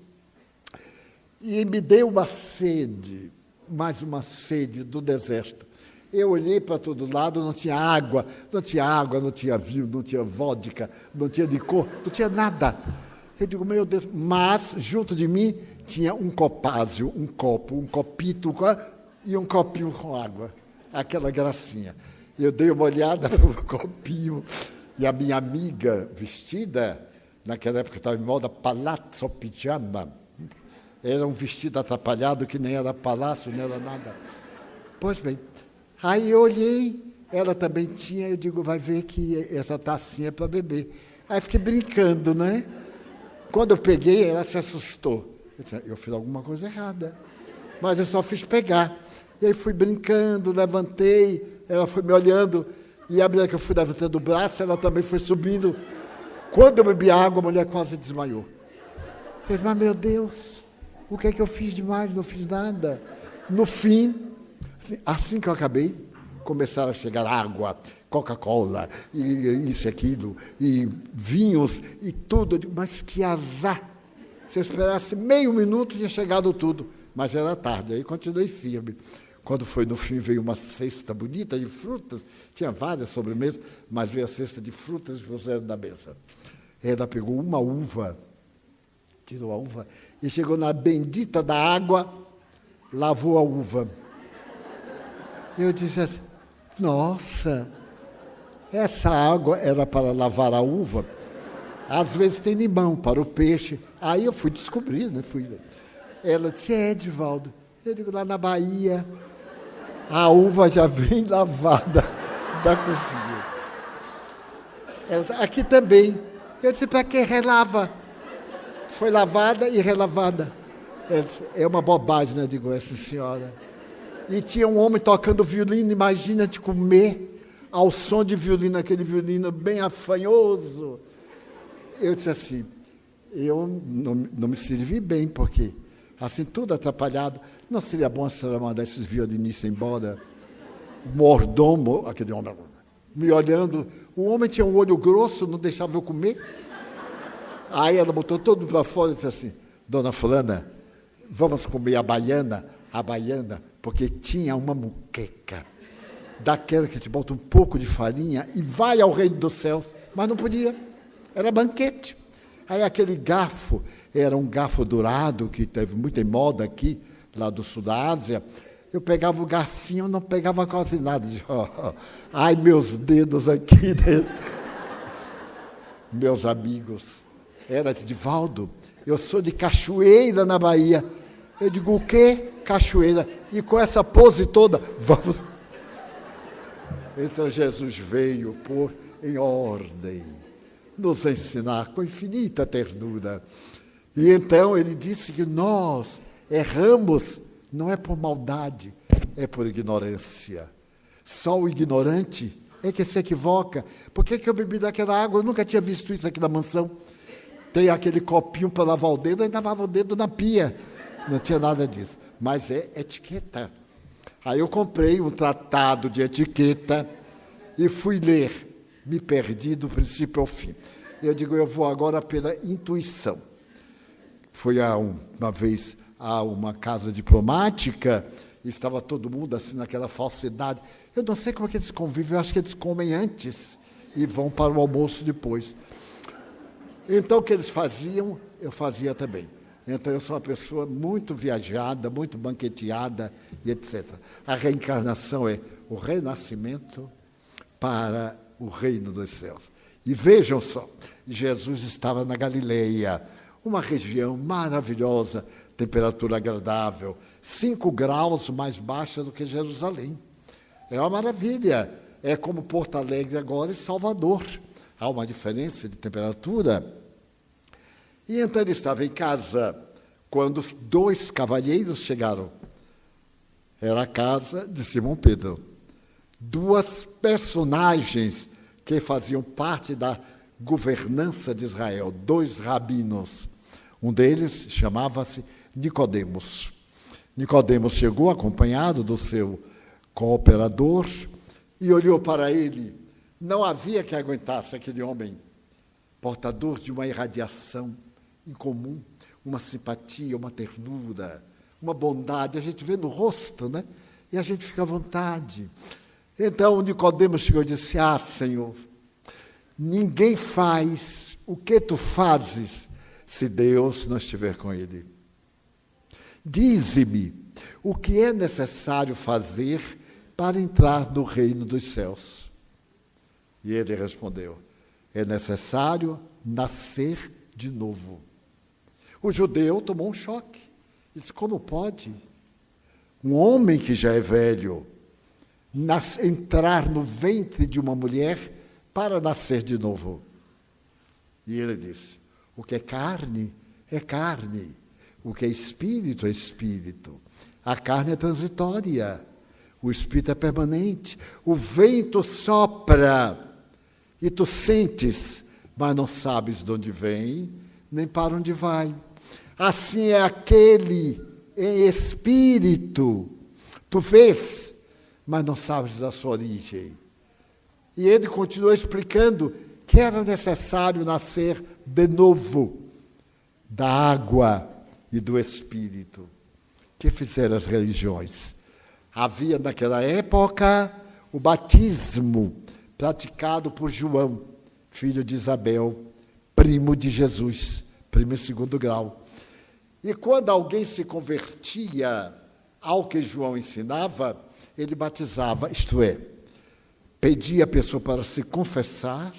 e me deu uma sede, mais uma sede do deserto. Eu olhei para todo lado, não tinha água, não tinha vinho, não tinha vodka, não tinha licor, não tinha nada. Eu digo: meu Deus, mas junto de mim tinha um copázio, um copo, um copito e um copinho com água, aquela gracinha. Eu dei uma olhada no copinho e a minha amiga vestida, naquela época estava em moda palazzo pijama, era um vestido atrapalhado que nem era palácio, nem era nada. Pois bem, aí eu olhei, ela também tinha, eu digo: vai ver que essa tacinha é para beber. Aí fiquei brincando, né? Quando eu peguei, ela se assustou. Eu disse: eu fiz alguma coisa errada, mas eu só fiz pegar. E aí fui brincando, levantei, ela foi me olhando, e a mulher que eu fui levantando o braço, ela também foi subindo. Quando eu bebi água, a mulher quase desmaiou. Eu disse: mas meu Deus, o que é que eu fiz demais? Não fiz nada. No fim, assim que eu acabei, começaram a chegar água, Coca-Cola, e isso e aquilo, e vinhos, e tudo. Eu digo: mas que azar! Se eu esperasse meio minuto, tinha chegado tudo. Mas era tarde, aí continuei firme. Quando foi no fim, veio uma cesta bonita de frutas, tinha várias sobremesas, mas veio a cesta de frutas e puseram na mesa. Ela pegou uma uva, tirou a uva, e chegou na bendita da água, lavou a uva. Eu disse assim: nossa, essa água era para lavar a uva. Às vezes tem limão para o peixe. Aí eu fui descobrir, né? Ela disse: Edivaldo, eu digo, lá na Bahia, a uva já vem lavada da cozinha. Aqui também. Eu disse, para que relava? Foi lavada e relavada. É uma bobagem, né? Digo, essa senhora. E tinha um homem tocando violino, imagina de comer ao som de violino, aquele violino bem afanhoso. Eu disse assim, eu não me servi bem, porque assim, tudo atrapalhado. Não seria bom a senhora mandar esses violinistas embora? O mordomo, aquele homem, me olhando. O homem tinha um olho grosso, não deixava eu comer. Aí ela botou todo para fora e disse assim, dona fulana, vamos comer a baiana, porque tinha uma muqueca, daquela que te bota um pouco de farinha e vai ao reino dos céus. Mas não podia, era banquete. Aí aquele garfo, era um garfo dourado, que teve muito em moda aqui, lá do sul da Ásia. Eu pegava o garfinho, não pegava quase nada. Ai, meus dedos aqui dentro. Meus amigos, era Edivaldo, eu sou de Cachoeira, na Bahia. Eu digo, o quê? Cachoeira. E com essa pose toda, vamos. Então Jesus veio pôr em ordem, nos ensinar com infinita ternura. E então ele disse que nós erramos, não é por maldade, é por ignorância. Só o ignorante é que se equivoca. Por que eu bebi daquela água? Eu nunca tinha visto isso aqui na mansão. Tem aquele copinho para lavar o dedo, aí lavava o dedo na pia. Não tinha nada disso. Mas é etiqueta. Aí eu comprei um tratado de etiqueta e fui ler. Me perdi do princípio ao fim. Eu digo, eu vou agora pela intuição. Fui uma vez a uma casa diplomática e estava todo mundo assim naquela falsidade. Eu não sei como é que eles convivem, eu acho que eles comem antes e vão para o almoço depois. Então, o que eles faziam, eu fazia também. Então, eu sou uma pessoa muito viajada, muito banqueteada e etc. A reencarnação é o renascimento para o reino dos céus. E vejam só, Jesus estava na Galileia, uma região maravilhosa, temperatura agradável, 5 graus mais baixa do que Jerusalém. É uma maravilha. É como Porto Alegre agora e Salvador. Há uma diferença de temperatura. E então ele estava em casa quando os 2 cavalheiros chegaram. Era a casa de Simão Pedro. 2 personagens que faziam parte da governança de Israel, 2 rabinos. Um deles chamava-se Nicodemos. Nicodemos chegou acompanhado do seu cooperador e olhou para ele. Não havia que aguentasse aquele homem, portador de uma irradiação incomum, uma simpatia, uma ternura, uma bondade. A gente vê no rosto, né? E a gente fica à vontade. Então Nicodemos chegou e disse, Senhor, ninguém faz o que tu fazes se Deus não estiver com ele. Dize-me o que é necessário fazer para entrar no reino dos céus. E ele respondeu, é necessário nascer de novo. O judeu tomou um choque. Ele disse, como pode um homem que já é velho entrar no ventre de uma mulher para nascer de novo? E ele disse, o que é carne, é carne. O que é espírito, é espírito. A carne é transitória. O espírito é permanente. O vento sopra e tu sentes, mas não sabes de onde vem, nem para onde vai. Assim é aquele em espírito. Tu vês, mas não sabes da sua origem. E ele continuou explicando que era necessário nascer de novo da água e do Espírito. Que fizeram as religiões? Havia naquela época o batismo praticado por João, filho de Isabel, primo de Jesus, primo em 2º grau. E quando alguém se convertia ao que João ensinava, ele batizava, isto é, pedia a pessoa para se confessar,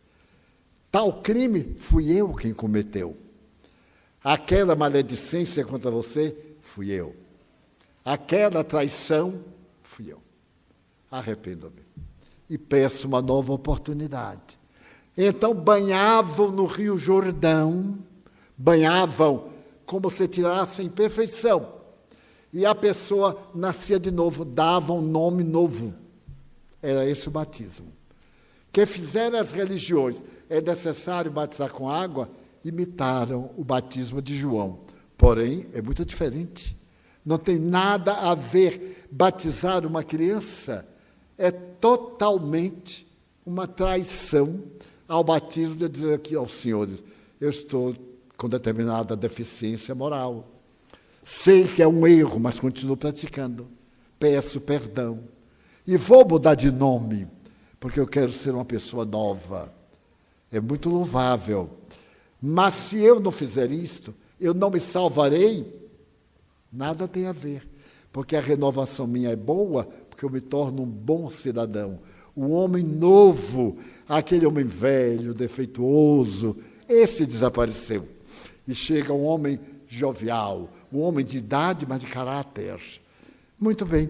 tal crime fui eu quem cometeu. Aquela maledicência contra você, fui eu. Aquela traição, fui eu. Arrependo-me. e peço uma nova oportunidade. Então banhavam no Rio Jordão, banhavam como se tirassem perfeição. E a pessoa nascia de novo, dava um nome novo. Era esse o batismo. Que fizeram as religiões, é necessário batizar com água, imitaram o batismo de João. Porém, é muito diferente. Não tem nada a ver. Batizar uma criança é totalmente uma traição ao batismo de dizer aqui aos senhores, eu estou com determinada deficiência moral. Sei que é um erro, mas continuo praticando. Peço perdão. E vou mudar de nome, porque eu quero ser uma pessoa nova. É muito louvável. Mas se eu não fizer isto, eu não me salvarei. Nada tem a ver. Porque a renovação minha é boa, porque eu me torno um bom cidadão. Um homem novo, aquele homem velho, defeituoso, esse desapareceu. E chega um homem jovial, um homem de idade, mas de caráter. Muito bem.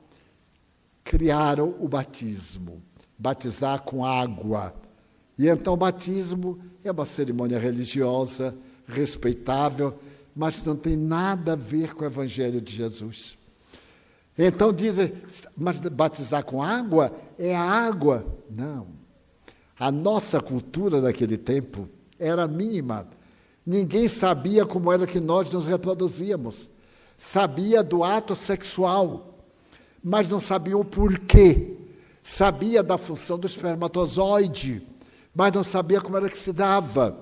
Criaram o batismo, batizar com água. E então o batismo é uma cerimônia religiosa, respeitável, mas não tem nada a ver com o Evangelho de Jesus. Então dizem, mas batizar com água é a água. Não. A nossa cultura daquele tempo era mínima. Ninguém sabia como era que nós nos reproduzíamos. Sabia do ato sexual, mas não sabia o porquê. Sabia da função do espermatozoide, mas não sabia como era que se dava.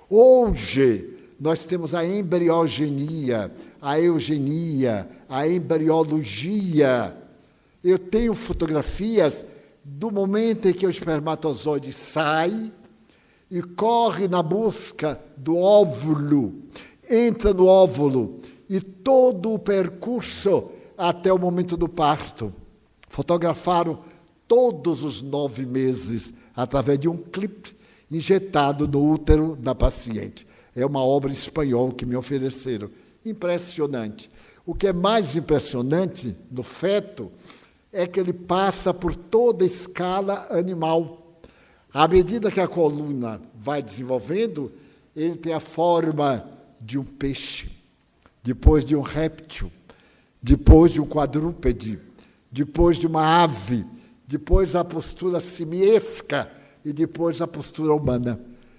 Hoje, nós temos a embriogenia, a eugenia, a embriologia. Eu tenho fotografias do momento em que o espermatozoide sai e corre na busca do óvulo, entra no óvulo e todo o percurso até o momento do parto. Fotografaram todos os 9 meses através de um clipe injetado no útero da paciente. É uma obra espanhola que me ofereceram. Impressionante. O que é mais impressionante no feto é que ele passa por toda a escala animal. À medida que a coluna vai desenvolvendo, ele tem a forma de um peixe, depois de um réptil, depois de um quadrúpede, depois de uma ave, depois a postura simiesca e depois a postura humana,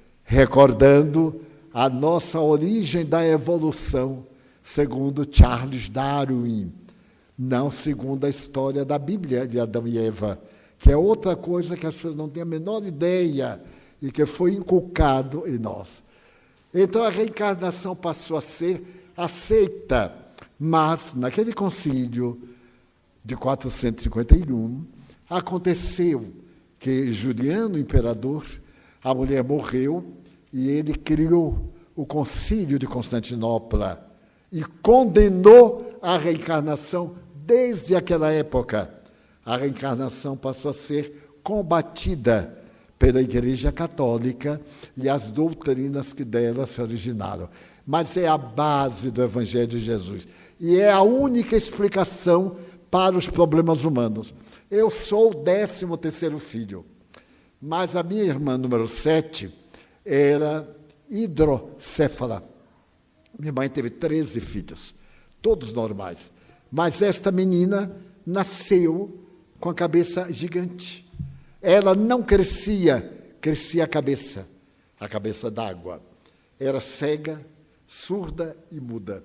recordando a nossa origem da evolução, segundo Charles Darwin, não segundo a história da Bíblia de Adão e Eva, que é outra coisa que as pessoas não têm a menor ideia e que foi inculcado em nós. Então a reencarnação passou a ser aceita, mas naquele concílio de 451, aconteceu que Juliano, imperador, a mulher morreu e ele criou o concílio de Constantinopla e condenou a reencarnação desde aquela época. A reencarnação passou a ser combatida pela Igreja Católica e as doutrinas que dela se originaram. Mas é a base do Evangelho de Jesus. E é a única explicação para os problemas humanos. Eu sou o 13º filho, mas a minha irmã, número 7, era hidrocéfala. Minha mãe teve 13 filhos, todos normais. Mas esta menina nasceu com a cabeça gigante. Ela não crescia, crescia a cabeça d'água. Era cega, surda e muda.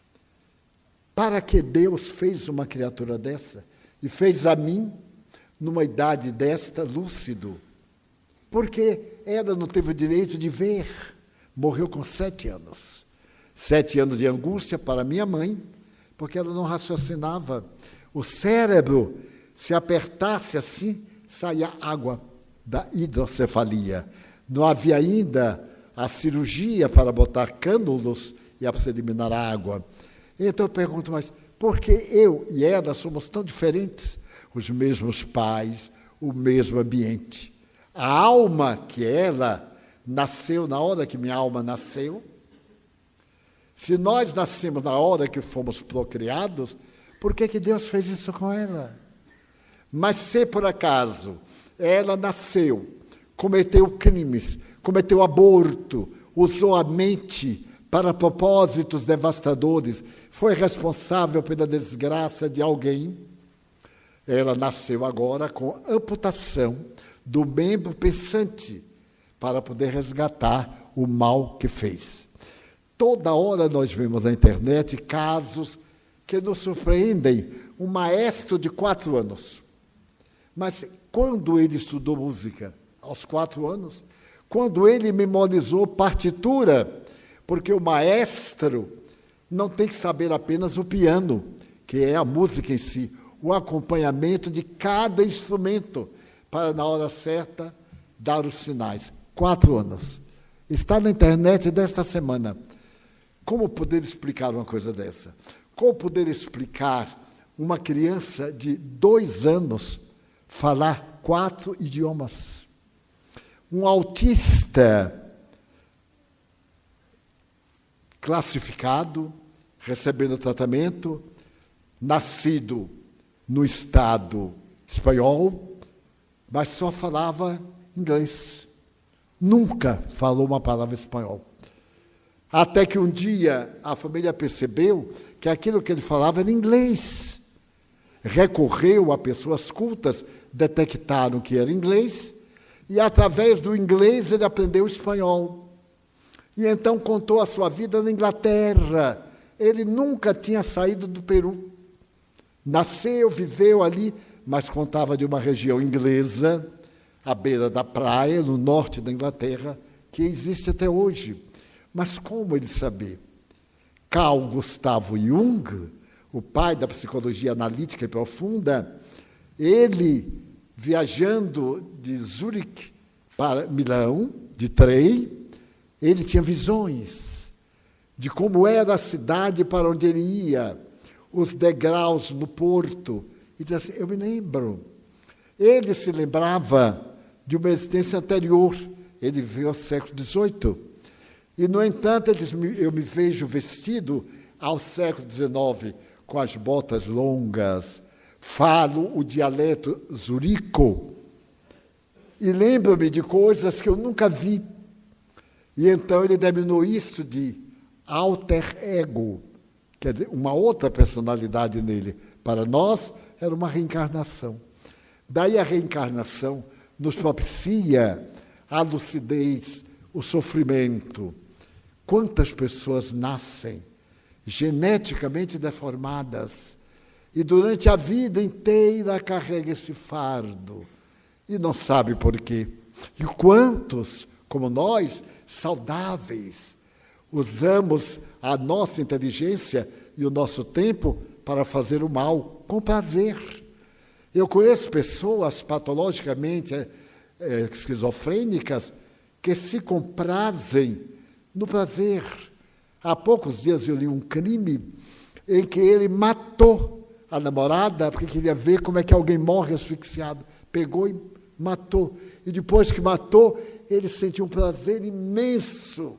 Para que Deus fez uma criatura dessa? E fez a mim, numa idade desta, lúcido? Porque ela não teve o direito de ver. Morreu com 7 anos. 7 anos de angústia para minha mãe, porque ela não raciocinava. O cérebro, se apertasse assim, saía água da hidrocefalia. Não havia ainda a cirurgia para botar cânulos e para se eliminar a água. Então eu pergunto, mas por que eu e ela somos tão diferentes? Os mesmos pais, o mesmo ambiente. A alma que ela nasceu na hora que minha alma nasceu. Se nós nascemos na hora que fomos procriados, por que Deus fez isso com ela? Mas se por acaso Ela nasceu, cometeu crimes, cometeu aborto, usou a mente para propósitos devastadores, foi responsável pela desgraça de alguém. Ela nasceu agora com amputação do membro pensante para poder resgatar o mal que fez. Toda hora nós vemos na internet casos que nos surpreendem. Um maestro de 4 anos. Mas quando ele estudou música? Aos 4 anos? Quando ele memorizou partitura? Porque o maestro não tem que saber apenas o piano, que é a música em si, o acompanhamento de cada instrumento, para, na hora certa, dar os sinais. 4 anos. Está na internet desta semana. Como poder explicar uma coisa dessa? Como poder explicar uma criança de 2 anos falar 4 idiomas? Um autista classificado, recebendo tratamento, nascido no Estado espanhol, mas só falava inglês. Nunca falou uma palavra espanhol. Até que um dia a família percebeu que aquilo que ele falava era inglês. Recorreu a pessoas cultas, detectaram que era inglês, e através do inglês ele aprendeu espanhol. E então contou a sua vida na Inglaterra. Ele nunca tinha saído do Peru. Nasceu, viveu ali, mas contava de uma região inglesa, à beira da praia, no norte da Inglaterra, que existe até hoje. Mas como ele sabia? Carl Gustav Jung, o pai da psicologia analítica e profunda, ele, viajando de Zurique para Milão, de trem, ele tinha visões de como era a cidade para onde ele ia, os degraus no porto. E dizia assim, eu me lembro. Ele se lembrava de uma existência anterior. Ele viveu ao século XVIII. E, no entanto, ele diz, eu me vejo vestido ao século XIX, com as botas longas, falo o dialeto zurico, e lembro-me de coisas que eu nunca vi. E então ele denominou isso de alter ego, quer dizer, uma outra personalidade nele. Para nós, era uma reencarnação. Daí a reencarnação nos propicia a lucidez, o sofrimento. Quantas pessoas nascem geneticamente deformadas e durante a vida inteira carrega esse fardo e não sabe por quê. E quantos, como nós, saudáveis, usamos a nossa inteligência e o nosso tempo para fazer o mal com prazer. Eu conheço pessoas patologicamente esquizofrênicas que se comprazem no prazer. Há poucos dias eu li um crime em que ele matou a namorada porque queria ver como é que alguém morre asfixiado. Pegou e matou. E depois que matou, ele sentiu um prazer imenso.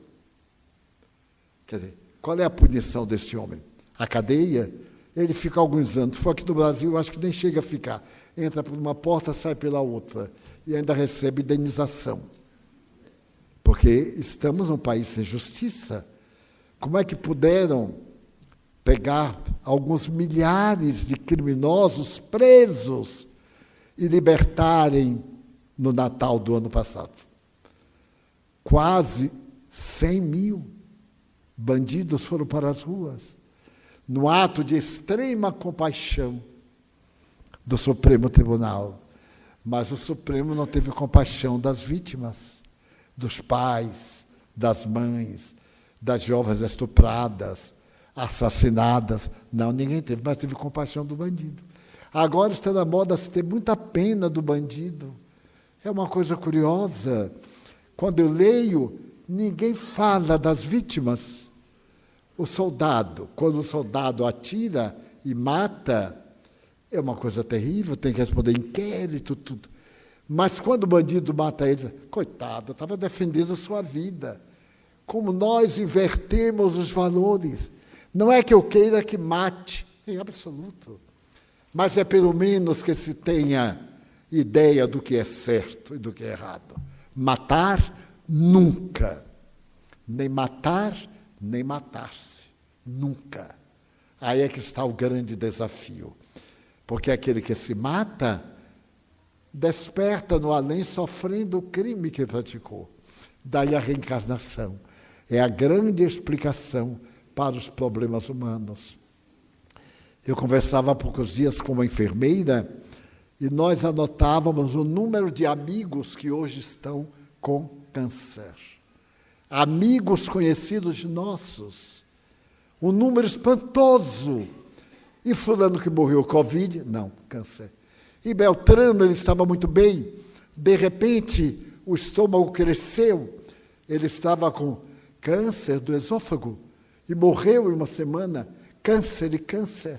Quer dizer, qual é a punição deste homem? A cadeia? Ele fica alguns anos. Se for aqui no Brasil, eu acho que nem chega a ficar. Entra por uma porta, sai pela outra. E ainda recebe indenização. Porque estamos num país sem justiça. Como é que puderam pegar alguns milhares de criminosos presos e libertarem no Natal do ano passado? Quase 100 mil bandidos foram para as ruas, no ato de extrema compaixão do Supremo Tribunal. Mas o Supremo não teve compaixão das vítimas, dos pais, das mães, das jovens estupradas, assassinadas. Não, ninguém teve, mas teve compaixão do bandido. Agora está na moda se ter muita pena do bandido. É uma coisa curiosa. Quando eu leio, ninguém fala das vítimas. O soldado, quando o soldado atira e mata, é uma coisa terrível, tem que responder inquérito, tudo. Mas quando o bandido mata ele, coitado, estava defendendo a sua vida. Como nós invertemos os valores. Não é que eu queira que mate, em absoluto. Mas é pelo menos que se tenha ideia do que é certo e do que é errado. Matar, nunca. Nem matar, nem matar-se. Nunca. Aí é que está o grande desafio. Porque aquele que se mata desperta no além sofrendo o crime que praticou. Daí a reencarnação. É a grande explicação para os problemas humanos. Eu conversava há poucos dias com uma enfermeira e nós anotávamos o número de amigos que hoje estão com câncer. Amigos conhecidos nossos. Um número espantoso. E fulano que morreu Covid? Não, câncer. E Beltrano, ele estava muito bem. De repente, o estômago cresceu. Ele estava com câncer do esôfago. E morreu em uma semana. Câncer e câncer.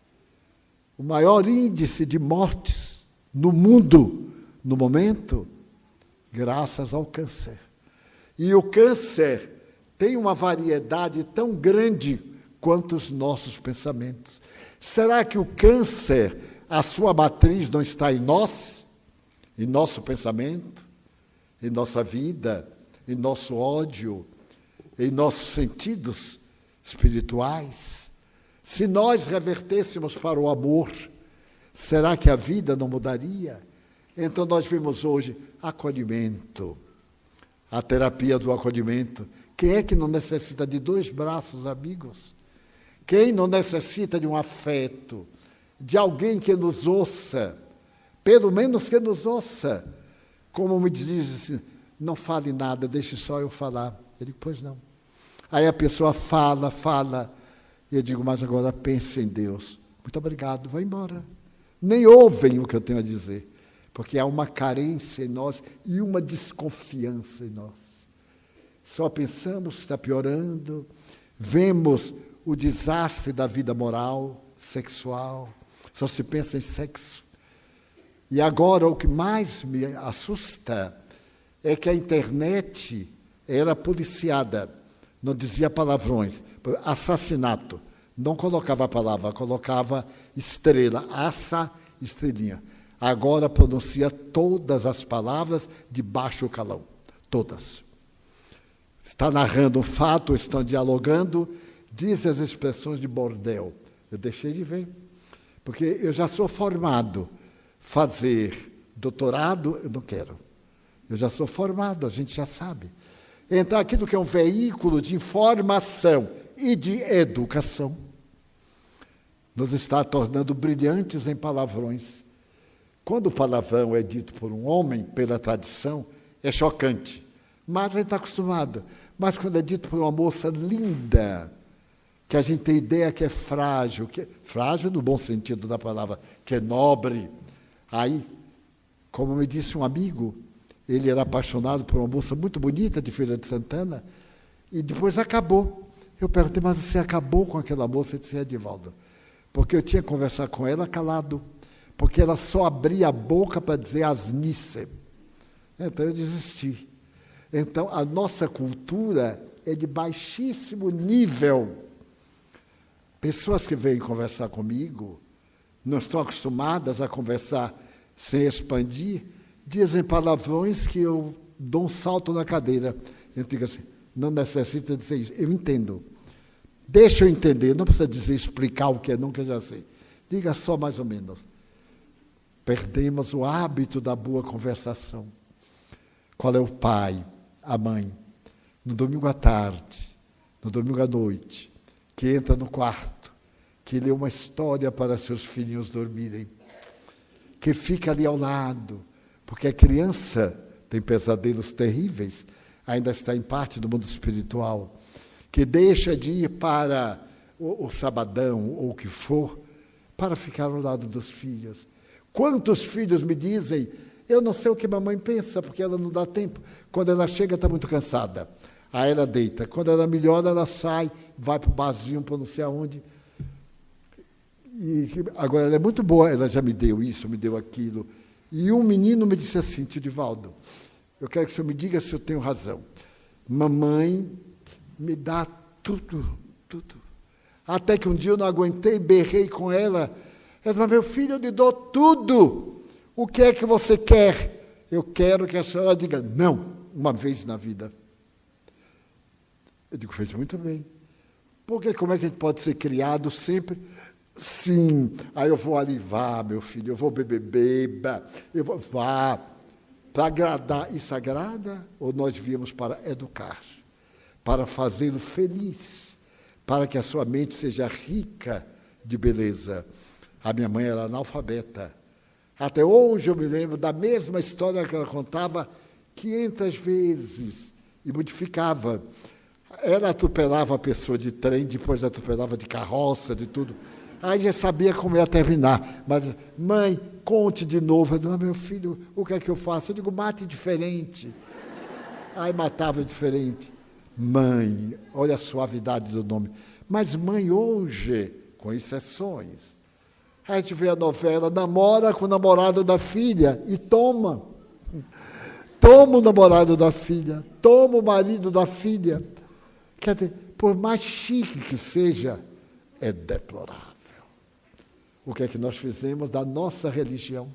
O maior índice de mortes no mundo, no momento, graças ao câncer. E o câncer tem uma variedade tão grande quanto os nossos pensamentos. Será que o câncer, a sua matriz não está em nós? Em nosso pensamento? Em nossa vida? Em nosso ódio? Em nossos sentidos espirituais? Se nós revertêssemos para o amor, será que a vida não mudaria? Então nós vimos hoje acolhimento, a terapia do acolhimento. Quem é que não necessita de 2 braços amigos? Quem não necessita de um afeto, de alguém que nos ouça, pelo menos que nos ouça? Como me diz assim, não fale nada, deixe só eu falar. Eu digo, pois não. Aí a pessoa fala, e eu digo, mas agora pense em Deus. Muito obrigado, vai embora. Nem ouvem o que eu tenho a dizer, porque há uma carência em nós e uma desconfiança em nós. Só pensamos que está piorando, vemos o desastre da vida moral, sexual, só se pensa em sexo. E agora o que mais me assusta é que a internet era policiada, não dizia palavrões, assassinato, não colocava a palavra, colocava estrela, estrelinha. Agora pronuncia todas as palavras de baixo calão, todas. Está narrando um fato, estão dialogando, diz as expressões de bordel. Eu deixei de ver, porque eu já sou formado. Fazer doutorado, eu não quero. Eu já sou formado, a gente já sabe. Então, aquilo que é um veículo de informação e de educação, nos está tornando brilhantes em palavrões. Quando o palavrão é dito por um homem, pela tradição, é chocante. Mas a gente está acostumado. Mas quando é dito por uma moça linda, que a gente tem ideia que é frágil no bom sentido da palavra, que é nobre. Aí, como me disse um amigo, ele era apaixonado por uma moça muito bonita de Feira de Santana, e depois acabou. Eu perguntei, mas você acabou com aquela moça? Ele disse, Edivaldo, porque eu tinha que conversar com ela calado, porque ela só abria a boca para dizer asnice. Então eu desisti. Então, a nossa cultura é de baixíssimo nível. Pessoas que vêm conversar comigo, não estão acostumadas a conversar sem expandir, dizem palavrões que eu dou um salto na cadeira. Eu digo assim, não necessita dizer isso. Eu entendo. Deixa eu entender, não precisa dizer, explicar o que é, nunca já sei. Diga só mais ou menos. Perdemos o hábito da boa conversação. Qual é o pai, a mãe, no domingo à tarde, no domingo à noite, que entra no quarto, que lê uma história para seus filhinhos dormirem, que fica ali ao lado, porque a criança tem pesadelos terríveis, ainda está em parte do mundo espiritual, que deixa de ir para o sabadão ou o que for, para ficar ao lado dos filhos. Quantos filhos me dizem, eu não sei o que mamãe pensa, porque ela não dá tempo. Quando ela chega, está muito cansada. Aí ela deita. Quando ela melhora, ela sai, vai para o barzinho, para não sei aonde. E agora, ela é muito boa, ela já me deu isso, me deu aquilo. E um menino me disse assim, tio Divaldo, eu quero que o senhor me diga se eu tenho razão. Mamãe me dá tudo, tudo. Até que um dia eu não aguentei, berrei com ela. Ela disse, mas meu filho, eu lhe dou tudo. O que é que você quer? Eu quero que a senhora diga não, uma vez na vida. Eu digo, fez muito bem. Porque como é que a gente pode ser criado sempre? Sim, aí eu vou ali, vá, meu filho, eu vou beber, beba, eu vou, vá, para agradar. Isso agrada? Ou nós viemos para educar, para fazê-lo feliz, para que a sua mente seja rica de beleza? A minha mãe era analfabeta. Até hoje eu me lembro da mesma história que ela contava 500 vezes e modificava. Ela atropelava a pessoa de trem, depois atropelava de carroça, de tudo. Aí já sabia como ia terminar. Mas, mãe, conte de novo. Eu digo, meu filho, o que é que eu faço? Eu digo, mate diferente. Aí matava diferente. Mãe, olha a suavidade do nome. Mas mãe hoje, com exceções. Aí a gente vê a novela, namora com o namorado da filha e toma. Toma o namorado da filha, toma o marido da filha. Quer dizer, por mais chique que seja, é deplorável. O que é que nós fizemos da nossa religião?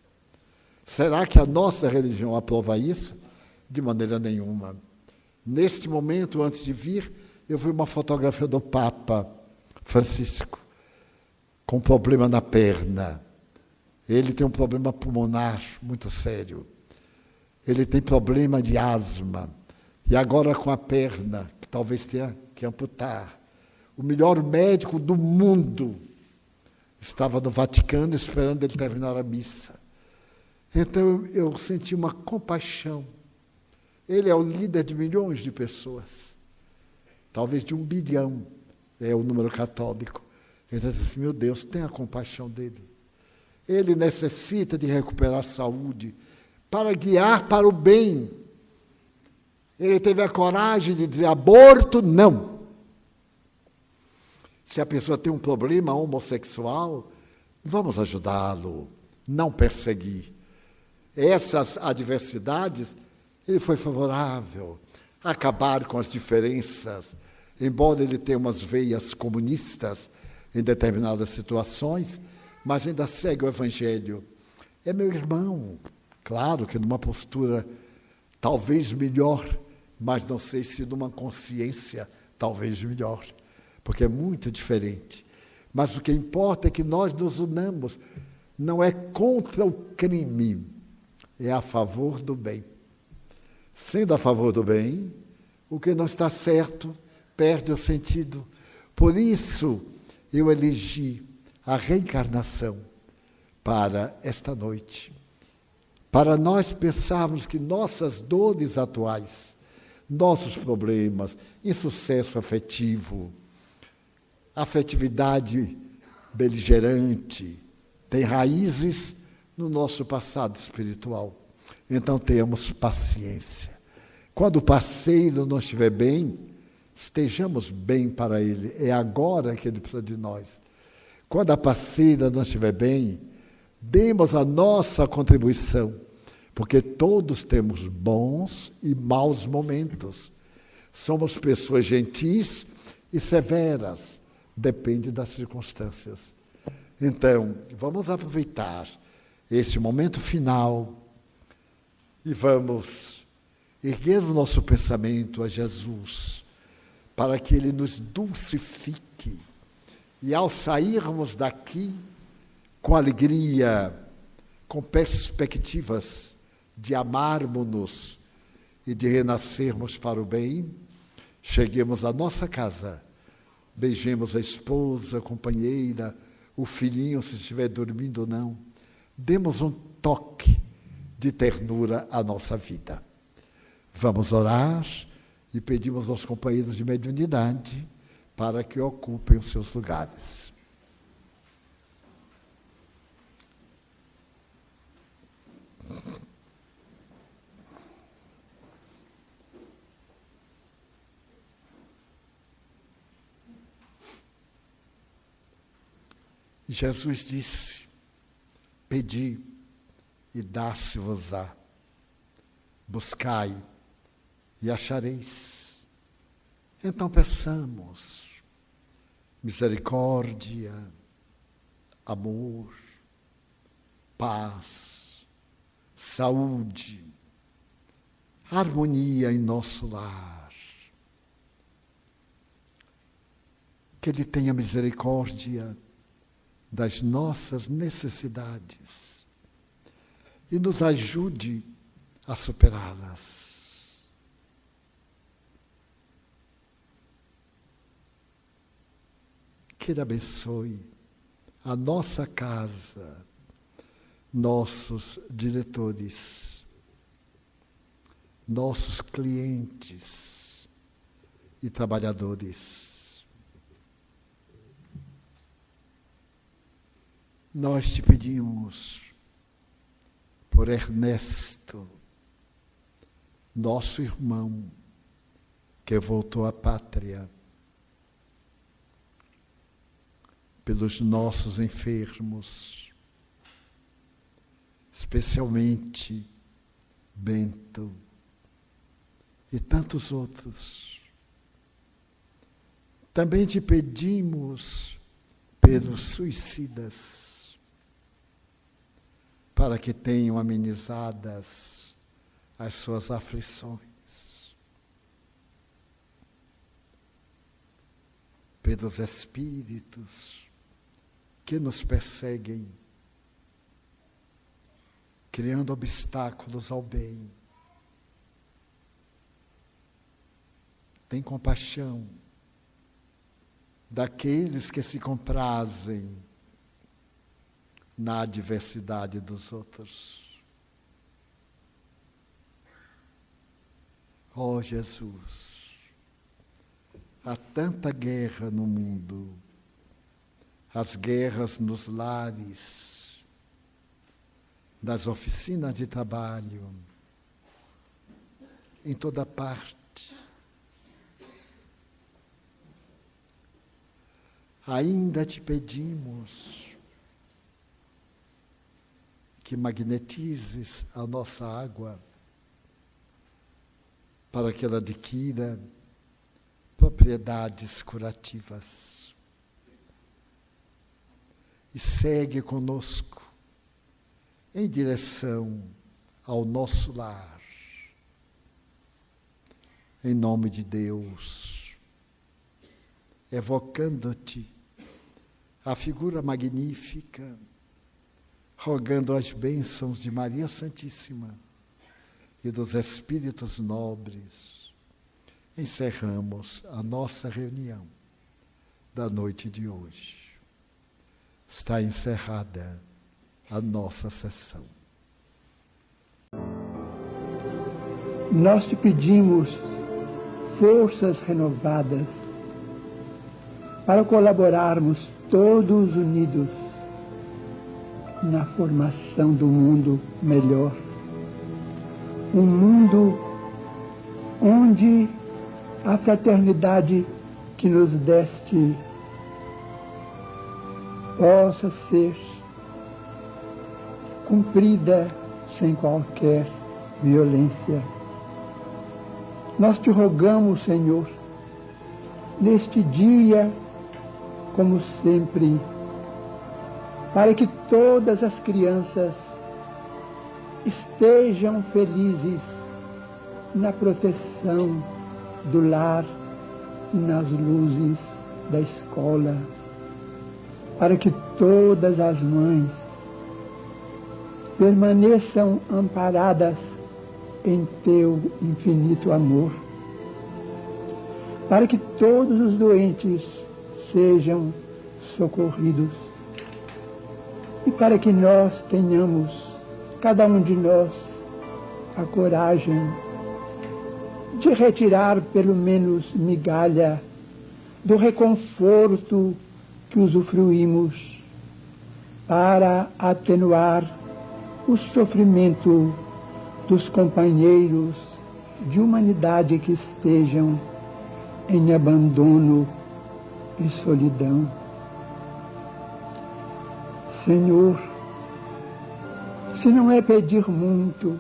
Será que a nossa religião aprova isso? De maneira nenhuma. Neste momento, antes de vir, eu vi uma fotografia do Papa Francisco, com problema na perna. Ele tem um problema pulmonar muito sério. Ele tem problema de asma. E agora com a perna, que talvez tenha que amputar. O melhor médico do mundo estava no Vaticano esperando ele terminar a missa. Então eu senti uma compaixão. Ele é o líder de milhões de pessoas. Talvez de 1 bilhão é o número católico. Então eu disse, meu Deus, tenha compaixão dele. Ele necessita de recuperar saúde para guiar para o bem. Ele teve a coragem de dizer aborto, não. Se a pessoa tem um problema homossexual, vamos ajudá-lo, não perseguir. Essas adversidades, ele foi favorável a acabar com as diferenças, embora ele tenha umas veias comunistas em determinadas situações, mas ainda segue o Evangelho. É meu irmão, claro que numa postura talvez melhor, mas não sei se numa consciência talvez melhor, porque é muito diferente. Mas o que importa é que nós nos unamos, não é contra o crime, é a favor do bem. Sendo a favor do bem, o que não está certo perde o sentido. Por isso, eu elegi a reencarnação para esta noite, para nós pensarmos que nossas dores atuais, nossos problemas, insucesso afetivo, afetividade beligerante, tem raízes no nosso passado espiritual. Então tenhamos paciência. Quando o parceiro não estiver bem, estejamos bem para ele. É agora que ele precisa de nós. Quando a parceira não estiver bem, demos a nossa contribuição, porque todos temos bons e maus momentos. Somos pessoas gentis e severas, depende das circunstâncias. Então, vamos aproveitar este momento final e vamos erguer o nosso pensamento a Jesus, para que Ele nos dulcifique. E ao sairmos daqui, com alegria, com perspectivas de amarmos-nos e de renascermos para o bem, cheguemos à nossa casa, beijemos a esposa, a companheira, o filhinho, se estiver dormindo ou não, demos um toque de ternura à nossa vida. Vamos orar e pedimos aos companheiros de mediunidade para que ocupem os seus lugares. Jesus disse, pedi e dá-se-vos-á, buscai e achareis. Então peçamos misericórdia, amor, paz, saúde, harmonia em nosso lar. Que Ele tenha misericórdia das nossas necessidades e nos ajude a superá-las. Que Ele abençoe a nossa casa, nossos diretores, nossos clientes e trabalhadores. Nós te pedimos por Ernesto, nosso irmão, que voltou à pátria, pelos nossos enfermos, especialmente Bento e tantos outros. Também te pedimos pelos suicidas, para que tenham amenizadas as suas aflições. Pelos espíritos que nos perseguem, criando obstáculos ao bem. Tem compaixão daqueles que se comprazem na adversidade dos outros. Ó Jesus, há tanta guerra no mundo, as guerras nos lares, nas oficinas de trabalho, em toda parte. Ainda te pedimos que magnetizes a nossa água para que ela adquira propriedades curativas. E segue conosco em direção ao nosso lar. Em nome de Deus, evocando-te a figura magnífica, rogando as bênçãos de Maria Santíssima e dos Espíritos nobres, encerramos a nossa reunião da noite de hoje. Está encerrada a nossa sessão. Nós te pedimos forças renovadas para colaborarmos todos unidos na formação do mundo melhor. Um mundo onde a fraternidade que nos deste possa ser cumprida sem qualquer violência. Nós te rogamos, Senhor, neste dia, como sempre, para que todas as crianças estejam felizes na proteção do lar e nas luzes da escola, para que todas as mães permaneçam amparadas em teu infinito amor, para que todos os doentes sejam socorridos e para que nós tenhamos, cada um de nós, a coragem de retirar pelo menos migalha do reconforto que usufruímos para atenuar o sofrimento dos companheiros de humanidade que estejam em abandono e solidão. Senhor, se não é pedir muito,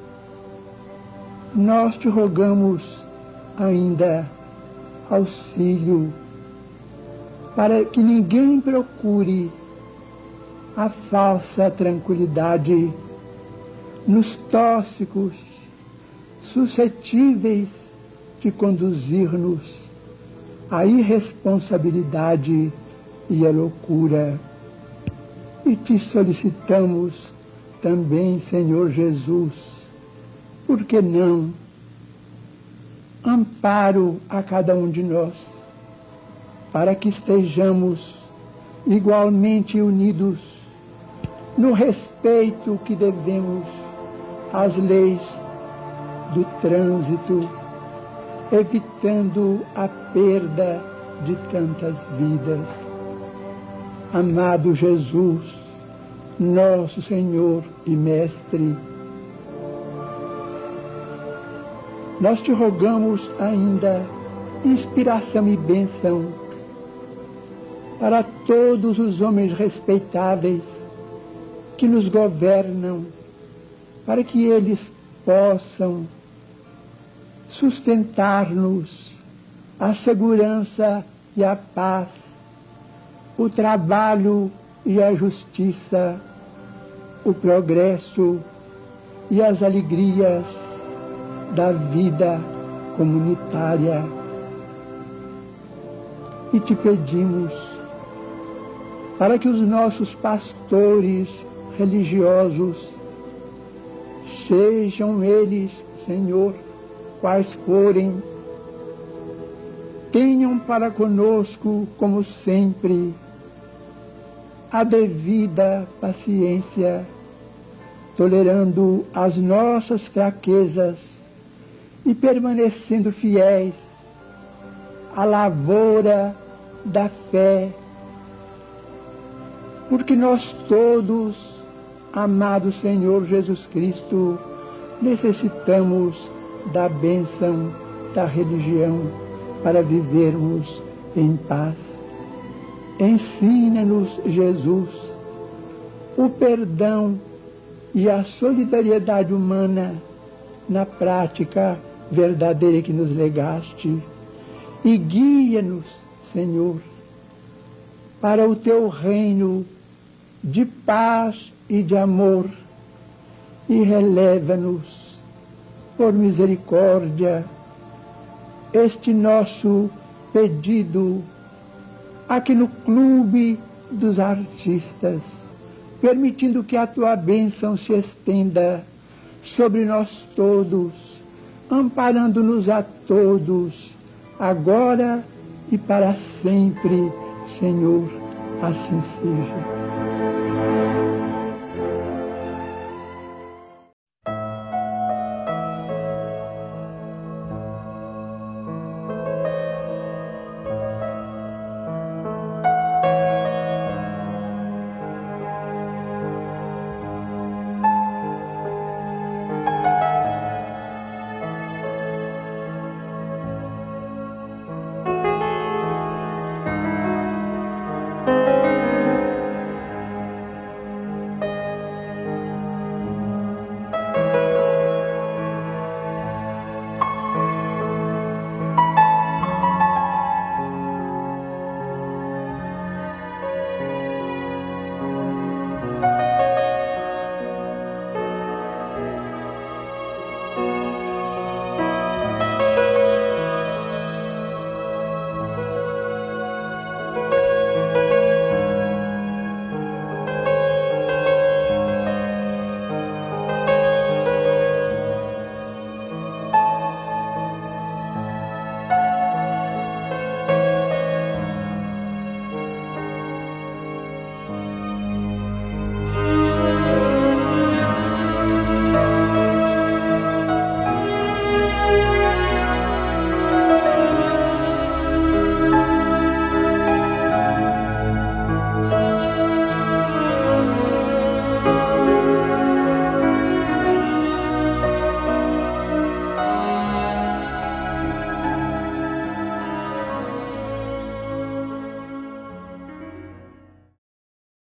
nós te rogamos ainda auxílio para que ninguém procure a falsa tranquilidade nos tóxicos, suscetíveis de conduzir-nos à irresponsabilidade e à loucura. E te solicitamos também, Senhor Jesus, por que não, amparo a cada um de nós, para que estejamos igualmente unidos no respeito que devemos às leis do trânsito, evitando a perda de tantas vidas. Amado Jesus, nosso Senhor e Mestre, nós te rogamos ainda inspiração e bênção para todos os homens respeitáveis que nos governam, para que eles possam sustentar-nos a segurança e a paz, o trabalho e a justiça, o progresso e as alegrias da vida comunitária. E te pedimos para que os nossos pastores religiosos, sejam eles, Senhor, quais forem, tenham para conosco, como sempre, a devida paciência, tolerando as nossas fraquezas e permanecendo fiéis à lavoura da fé, porque nós todos, amado Senhor Jesus Cristo, necessitamos da bênção da religião para vivermos em paz. Ensina-nos, Jesus, o perdão e a solidariedade humana na prática verdadeira que nos legaste, e guia-nos, Senhor, para o teu reino de paz e de amor, e releva-nos, por misericórdia, este nosso pedido aqui no Clube dos Artistas, permitindo que a tua bênção se estenda sobre nós todos, amparando-nos a todos, agora e para sempre, Senhor, assim seja.